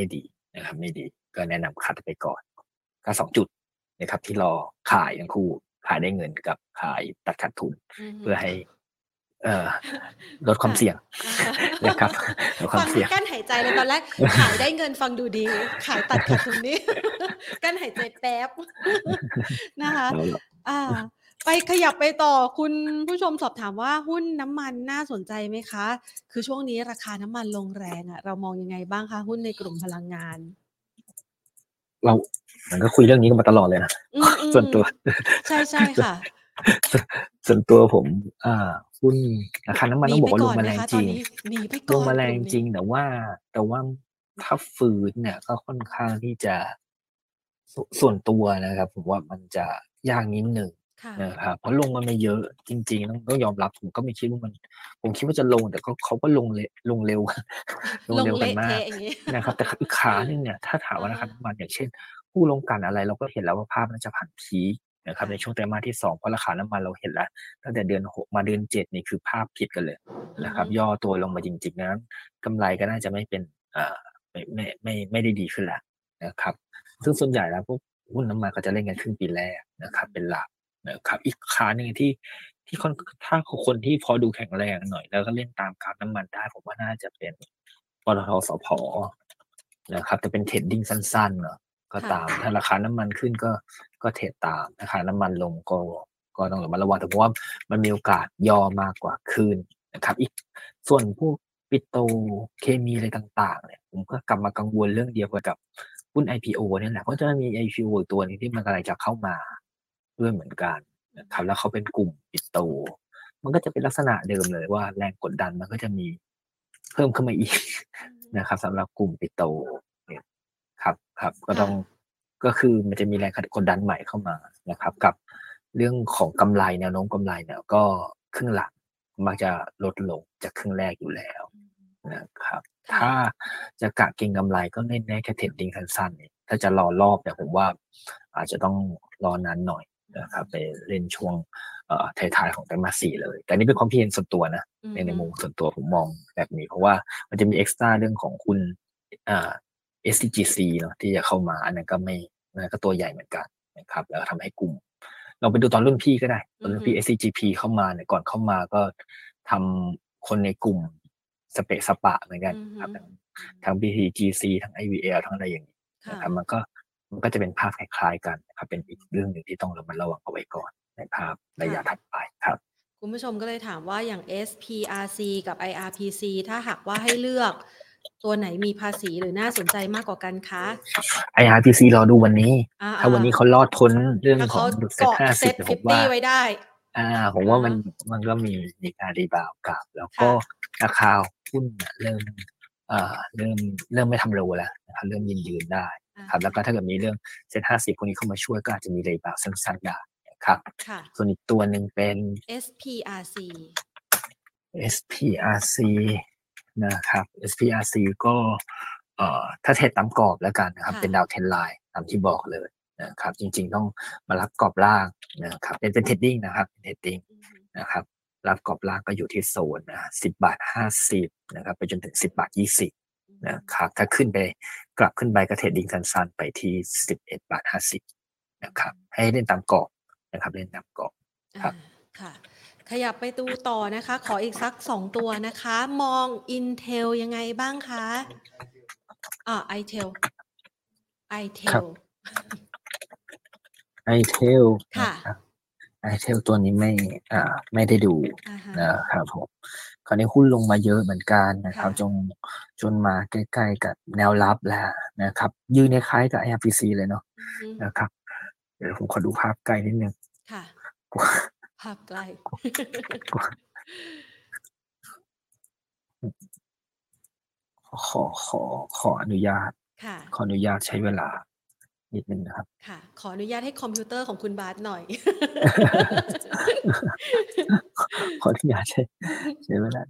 นะครับไม่ดีก็แนะนำคัดไปก่อนก็สองจุดนะครับที่รอขายทั้งคู่ขายได้เงินกับขายตัดขาดทุนเพื่อให้เอ่อลดความเสี่ยงนะครับลดความเสี่ยงกั้นหายใจเลยตอนแรกขายได้เงินฟังดูดีขายตัดขาดทุนนี่กั้นหายใจแป๊บนะคะอ่าไปขยับไปต่อคุณผู้ชมสอบถามว่าหุ้นน้ำมันน่าสนใจไหมคะคือช่วงนี้ราคาน้ำมันลงแรงอ่ะเรามองยังไงบ้างคะหุ้นในกลุ่มพลังงานเรามันก็คุยเรื่องนี้กันมาตลอดเลยนะส่วนตัวใช่ใช่ค่ะส่วนตัวผมอ่าหุ้นราคาน้ำมันต้องบอกว่าลงมาแรงจริงลงมาแรงจริงแต่ว่าแต่ว่าถ้าฟื้นเนี่ยก็ค่อนข้างที่จะส่วนตัวนะครับผมว่ามันจะยากนิดนึงนะครับเพราะลงมันไม่เยอะจริงๆต้องต้องยอมรับผมก็ไม่คิดว่ามันผมคิดว่าจะลงแต่ก็เขาก็ลงเลยลงเร็วลงเร็วกันมากนะครับแต่อีกขาหนึ่งเนี่ยถ้าถามว่าราคาน้ำมันอย่างเช่นผู้ลงกันอะไรเราก็เห็นแล้วว่าภาพมันจะผ่านพีคนะครับในช่วงไตรมาสที่สองเพราะราคาน้ำมันเราเห็นแล้วตั้งแต่เดือนหกมาเดือนเจ็ดนี่คือภาพผิดกันเลยนะครับย่อตัวลงมาจริงๆนั้นกำไรก็น่าจะไม่เป็นอ่าไม่ไม่ไม่ไม่ได้ดีขึ้นแล้วนะครับซึ่งส่วนใหญ่แล้วพวกหุ้นน้ำมันก็จะเล่นกันครึ่งปีแรกนะครับเป็นหลักนะครับอีกขาหนึ่งที่ที่คนถ้าคนที่พอดูแข็งแรงหน่อยแล้วก็เล่นตามกราฟน้ำมันได้ผมว่าน่าจะเป็นปตท.สผ.นะครับแต่เป็นเทรดดิ้งสั้นๆเนาะก็ตามถ้าราคาน้ำมันขึ้นก็ก็เทรดตามราคาน้ำมันลงก็ก็ต้องระมัดระวังแต่ผมว่ามันมีโอกาสย่อมากกว่าขึ้นนะครับอีกส่วนพวกปิโตรเคมีอะไรต่างๆเนี่ยผมก็กลับมากังวลเรื่องเดียวกับหุ้น ไอ พี โอ เนี่ยแหละเพราะจะมี ไอ พี โอ ตัวนึงที่มันกำลังจะเข้ามาด้วยเหมือนกันนะครับแล้วเขาเป็นกลุ่มปิโตรมันก็จะเป็นลักษณะเดิมเลยว่าแรงกดดันมันก็จะมีเพิ่มขึ้นมาอีกนะครับสำหรับกลุ่มปิโตรเนี่ยครับครับก็ต้องก็คือมันจะมีแรงกดดันใหม่เข้ามานะครับกับเรื่องของกำไรแนวโน้มกำไรเนี่ยก็ครึ่งหลังมักจะลดลงจากครึ่งแรกอยู่แล้วนะครับถ้าจะกะเก็งกำไรก็เล่นได้แค่เทรดดิ้งสั้นๆถ้าจะรอรอบเนี่ยผมว่าอาจจะต้องรอนานหน่อยนะครับไปเล่นช่วงท้ายๆของไตรมาสสี่เลยแต่นี่เป็นความคิดเห็นส่วนตัวนะในในมุมส่วนตัวผมมองแบบนี้เพราะว่ามันจะมีเอ็กซ์ตร้าเรื่องของคุณเอส ซี จี ซี เนาะที่จะเข้ามาอันนั้นก็ไม่นั่นก็ตัวใหญ่เหมือนกันนะครับแล้วทำให้กลุ่มเราไปดูตอนรุ่นพี่ก็ได้ตอนรุ่นพี่ เอส ซี จี พี เข้ามาเนี่ยก่อนเข้ามาก็ทำคนในกลุ่มสเปะสปะเหมือนกันครับทั้ง บี ที จี ซี ทั้ง ไอ วี แอล ทั้งอะไรอย่างนี้นะครับมันก็มันก็จะเป็นภาพคล้ายๆกันนะครับเป็นอีกเรื่องหนึ่งที่ต้องระมัดระวังเอาไว้ก่อนในภาพระยะถัดไปครับคุณผู้ชมก็เลยถามว่าอย่าง เอส พี อาร์ ซี กับ ไอ อาร์ พี ซี ถ้าหากว่าให้เลือกตัวไหนมีภาษีหรือน่าสนใจมากกว่ากันคะไอ อาร์ พี ซี รอดูวันนี้ถ้าวันนี้เขาลอดพ้นเรื่องของเซ็ตห้าสิบผมว่าไว้ได้อ่าผมว่ามันมันก็มีในการรีบาวกลับแล้วก็ราคาหุ้นเริ่มอ่าเริ่มเริ่มไม่ทำโลแล้วนะครับเริ่มยืนยืนได้ครับแล้วก็ถ้าเกิดมีเรื่องเซ็ตห้าสิบพวกนี้เข้ามาช่วยก็อาจจะมีรีบาวสั้นๆได้ครับส่วนอีกตัวหนึ่งเป็นเอส พี อาร์ ซีเอส พี อาร์ ซี นะครับ เอส พี อาร์ ซี ก็เอ่อถ้าเทรดตามกรอบแล้วกันนะครับเป็นดาวเทรนไลน์ตามที่บอกเลยนะครับจริงๆต้องมารับกรอบล่างนะครับเป็นเป็นเทรดดิ้งนะครับเป็นเทรดดิ้งนะครับรับกรอบล่างก็อยู่ที่โซนนะสิบบาทห้าสิบนะครับไปจนถึงสิบบาทยี่สิบนะครับถ้าขึ้นไปกลับขึ้นไปก็เทรดดิ้งสั้นๆไปที่สิบเอ็ดบาทห้าสิบนะครับให้เล่นตามกรอบนะครับเล่นตามกรอบครับค่ะขยับไปดูต่อนะคะขออีกสักสองตัวนะคะมอง Intel ยังไงบ้างคะอ่า Intel Intel Intel ค่ะ Intel ตัวนี้ไม่อ่าไม่ได้ดูนะครับผมคราวนี้หุ้นลงมาเยอะเหมือนกันนะครับจนจนมาใกล้ๆกับแนวรับแล้วนะครับยืนในคล้ายกับ ไอ อาร์ พี ซี เลยเนาะนะครับเดี๋ยวผมขอดูภาพใกล้นิดนึงค่ะภาพใกล้ขอขอขออนุญาตขออนุญาตใช้เวลานิดนึงนะครับค่ะขออนุญาตให้คอมพิวเตอร์ของคุณบาสหน่อยขออนุญาตใช้ใช้เวลา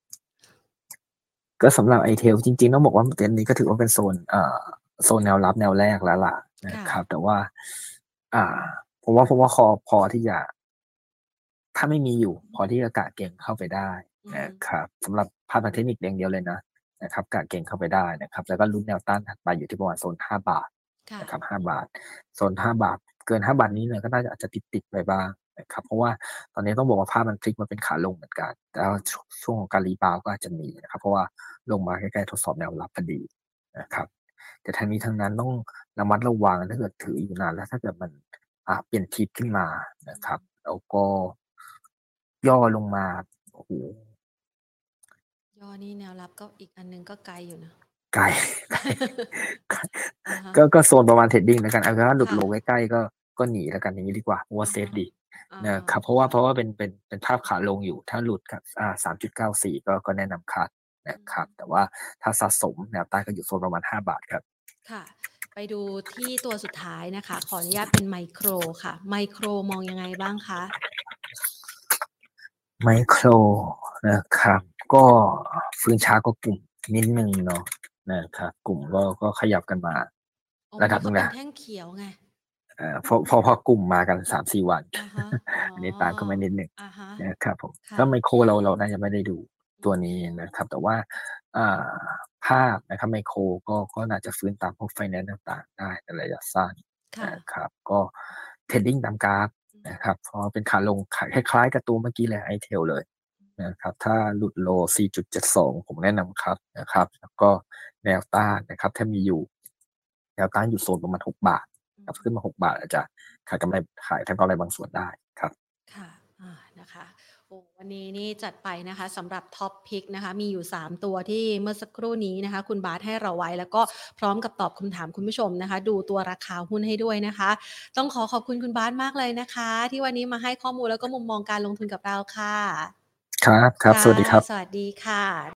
ก็สำหรับ Intel จริงๆต้องบอกว่าเต็นนี้ก็ถือว่าเป็นโซนเอ่อโซนแนวรับแนวแรกแล้วล่ะนะครับแต่ว่าอ่าผมว่าผมว่าคอพอที่จะถ้าไม่มีอยู่พอที่จะกะเก่งเข้าไปได้นะครับสำหรับภาพทางเทคนิคอย่างเดียวเลยนะนะครับกะเก็งเข้าไปได้นะครับแล้วก็ลุ้นแนวต้านถัดไปอยู่ที่ประมาณโซนห้าบาทนะครับห้าบาทโซนห้าบาทเกินห้าบาทนี้เนี่ยก็น่าจะอาจจะติดๆไปบ้างนะครับเพราะว่าตอนนี้ต้องบอกว่าภาพมันพลิกมาเป็นขาลงเหมือนกันแต่ว่าช่วงของการรีบาวด์ก็อาจจะมีนะครับเพราะว่าลงมาใกล้ๆทดสอบแนวรับพอดีนะครับแต่ทั้งนี้ทั้งนั้นต้องระมัดระวังถ้าเกิดถืออยู่นานแล้วถ้าเกิดมันอ่าเปลี่ยนทิศขึ้นมานะครับแล้วก็ย่อลงมาโอ้โหย่อนี่แนวรับก็อีกอันนึงก็ไกลอยู่นะไกลก็ก็โซนประมาณเทรดดิ้งแล้วกันเอาถ้าหลุดโลใกล้ๆก็ก็หนีแล้วกันอย่างนี้ดีกว่าเพราะว่าเซฟดีนะครับเพราะว่าเพราะว่าเป็นเป็นเป็นภาพขาลงอยู่ถ้าหลุดกับอ่า สามจุดเก้าสี่ ก็ก็แนะนำคัดนะครับแต่ว่าถ้าสะสมแนวต้านก็อยู่โซนประมาณห้าบาทครับค่ะไปดูที่ตัวสุดท้ายนะคะขออนุญาตเป็นไมโครค่ะไมโครมองยังไงบ้างคะไมโครนะครับก็ฟื้นช้ากว่ากลุ่มนิดนึงเนาะนะครับกลุ่มก็ก็ขยับกันมาระดับนึงนะแท่งเขียวไงเอ่อพอพอพอกลุ่มมากัน สามสี่ วันอันนี้ตามเข้ามานิดนึงนะครับผมก็ไมโครเราเราน่าจะไม่ได้ดูตัวนี้นะครับแต่ว่าอ่าภาพนะครับไมโครก็ก็น่าจะฟื้นตามพวกไฟแนนซ์ต่างๆได้ในระยะสั้นนะครับก็เทรดดิ้งตามกราฟนะครับเพราะเป็นขาลงคล้ายๆกับตัวเมื่อกี้เลยไอเทลเลยนะครับถ้าหลุดโล สี่จุดเจ็ดสอง ผมแนะนำครับนะครับแล้วก็แนวต้านนะครับถ้ามีอยู่แนวต้านอยู่โซนประมาณหกบาทครับขึ้นมาหกบาทอาจจะขายกำไรขายทางกำไรบางส่วนได้ครับค่ะอ่านะคะโอ้วันนี้นี่จัดไปนะคะสำหรับท็อปพิกนะคะมีอยู่สามตัวที่เมื่อสักครู่นี้นะคะคุณบาสให้เราไว้แล้วก็พร้อมกับตอบคำถามคุณผู้ชมนะคะดูตัวราคาหุ้นให้ด้วยนะคะต้องขอขอบคุณคุณบาสมากเลยนะคะที่วันนี้มาให้ข้อมูลแล้วก็มุมมองการลงทุนกับเราค่ะครับครับสวัสดีครับสวัสดีค่ะ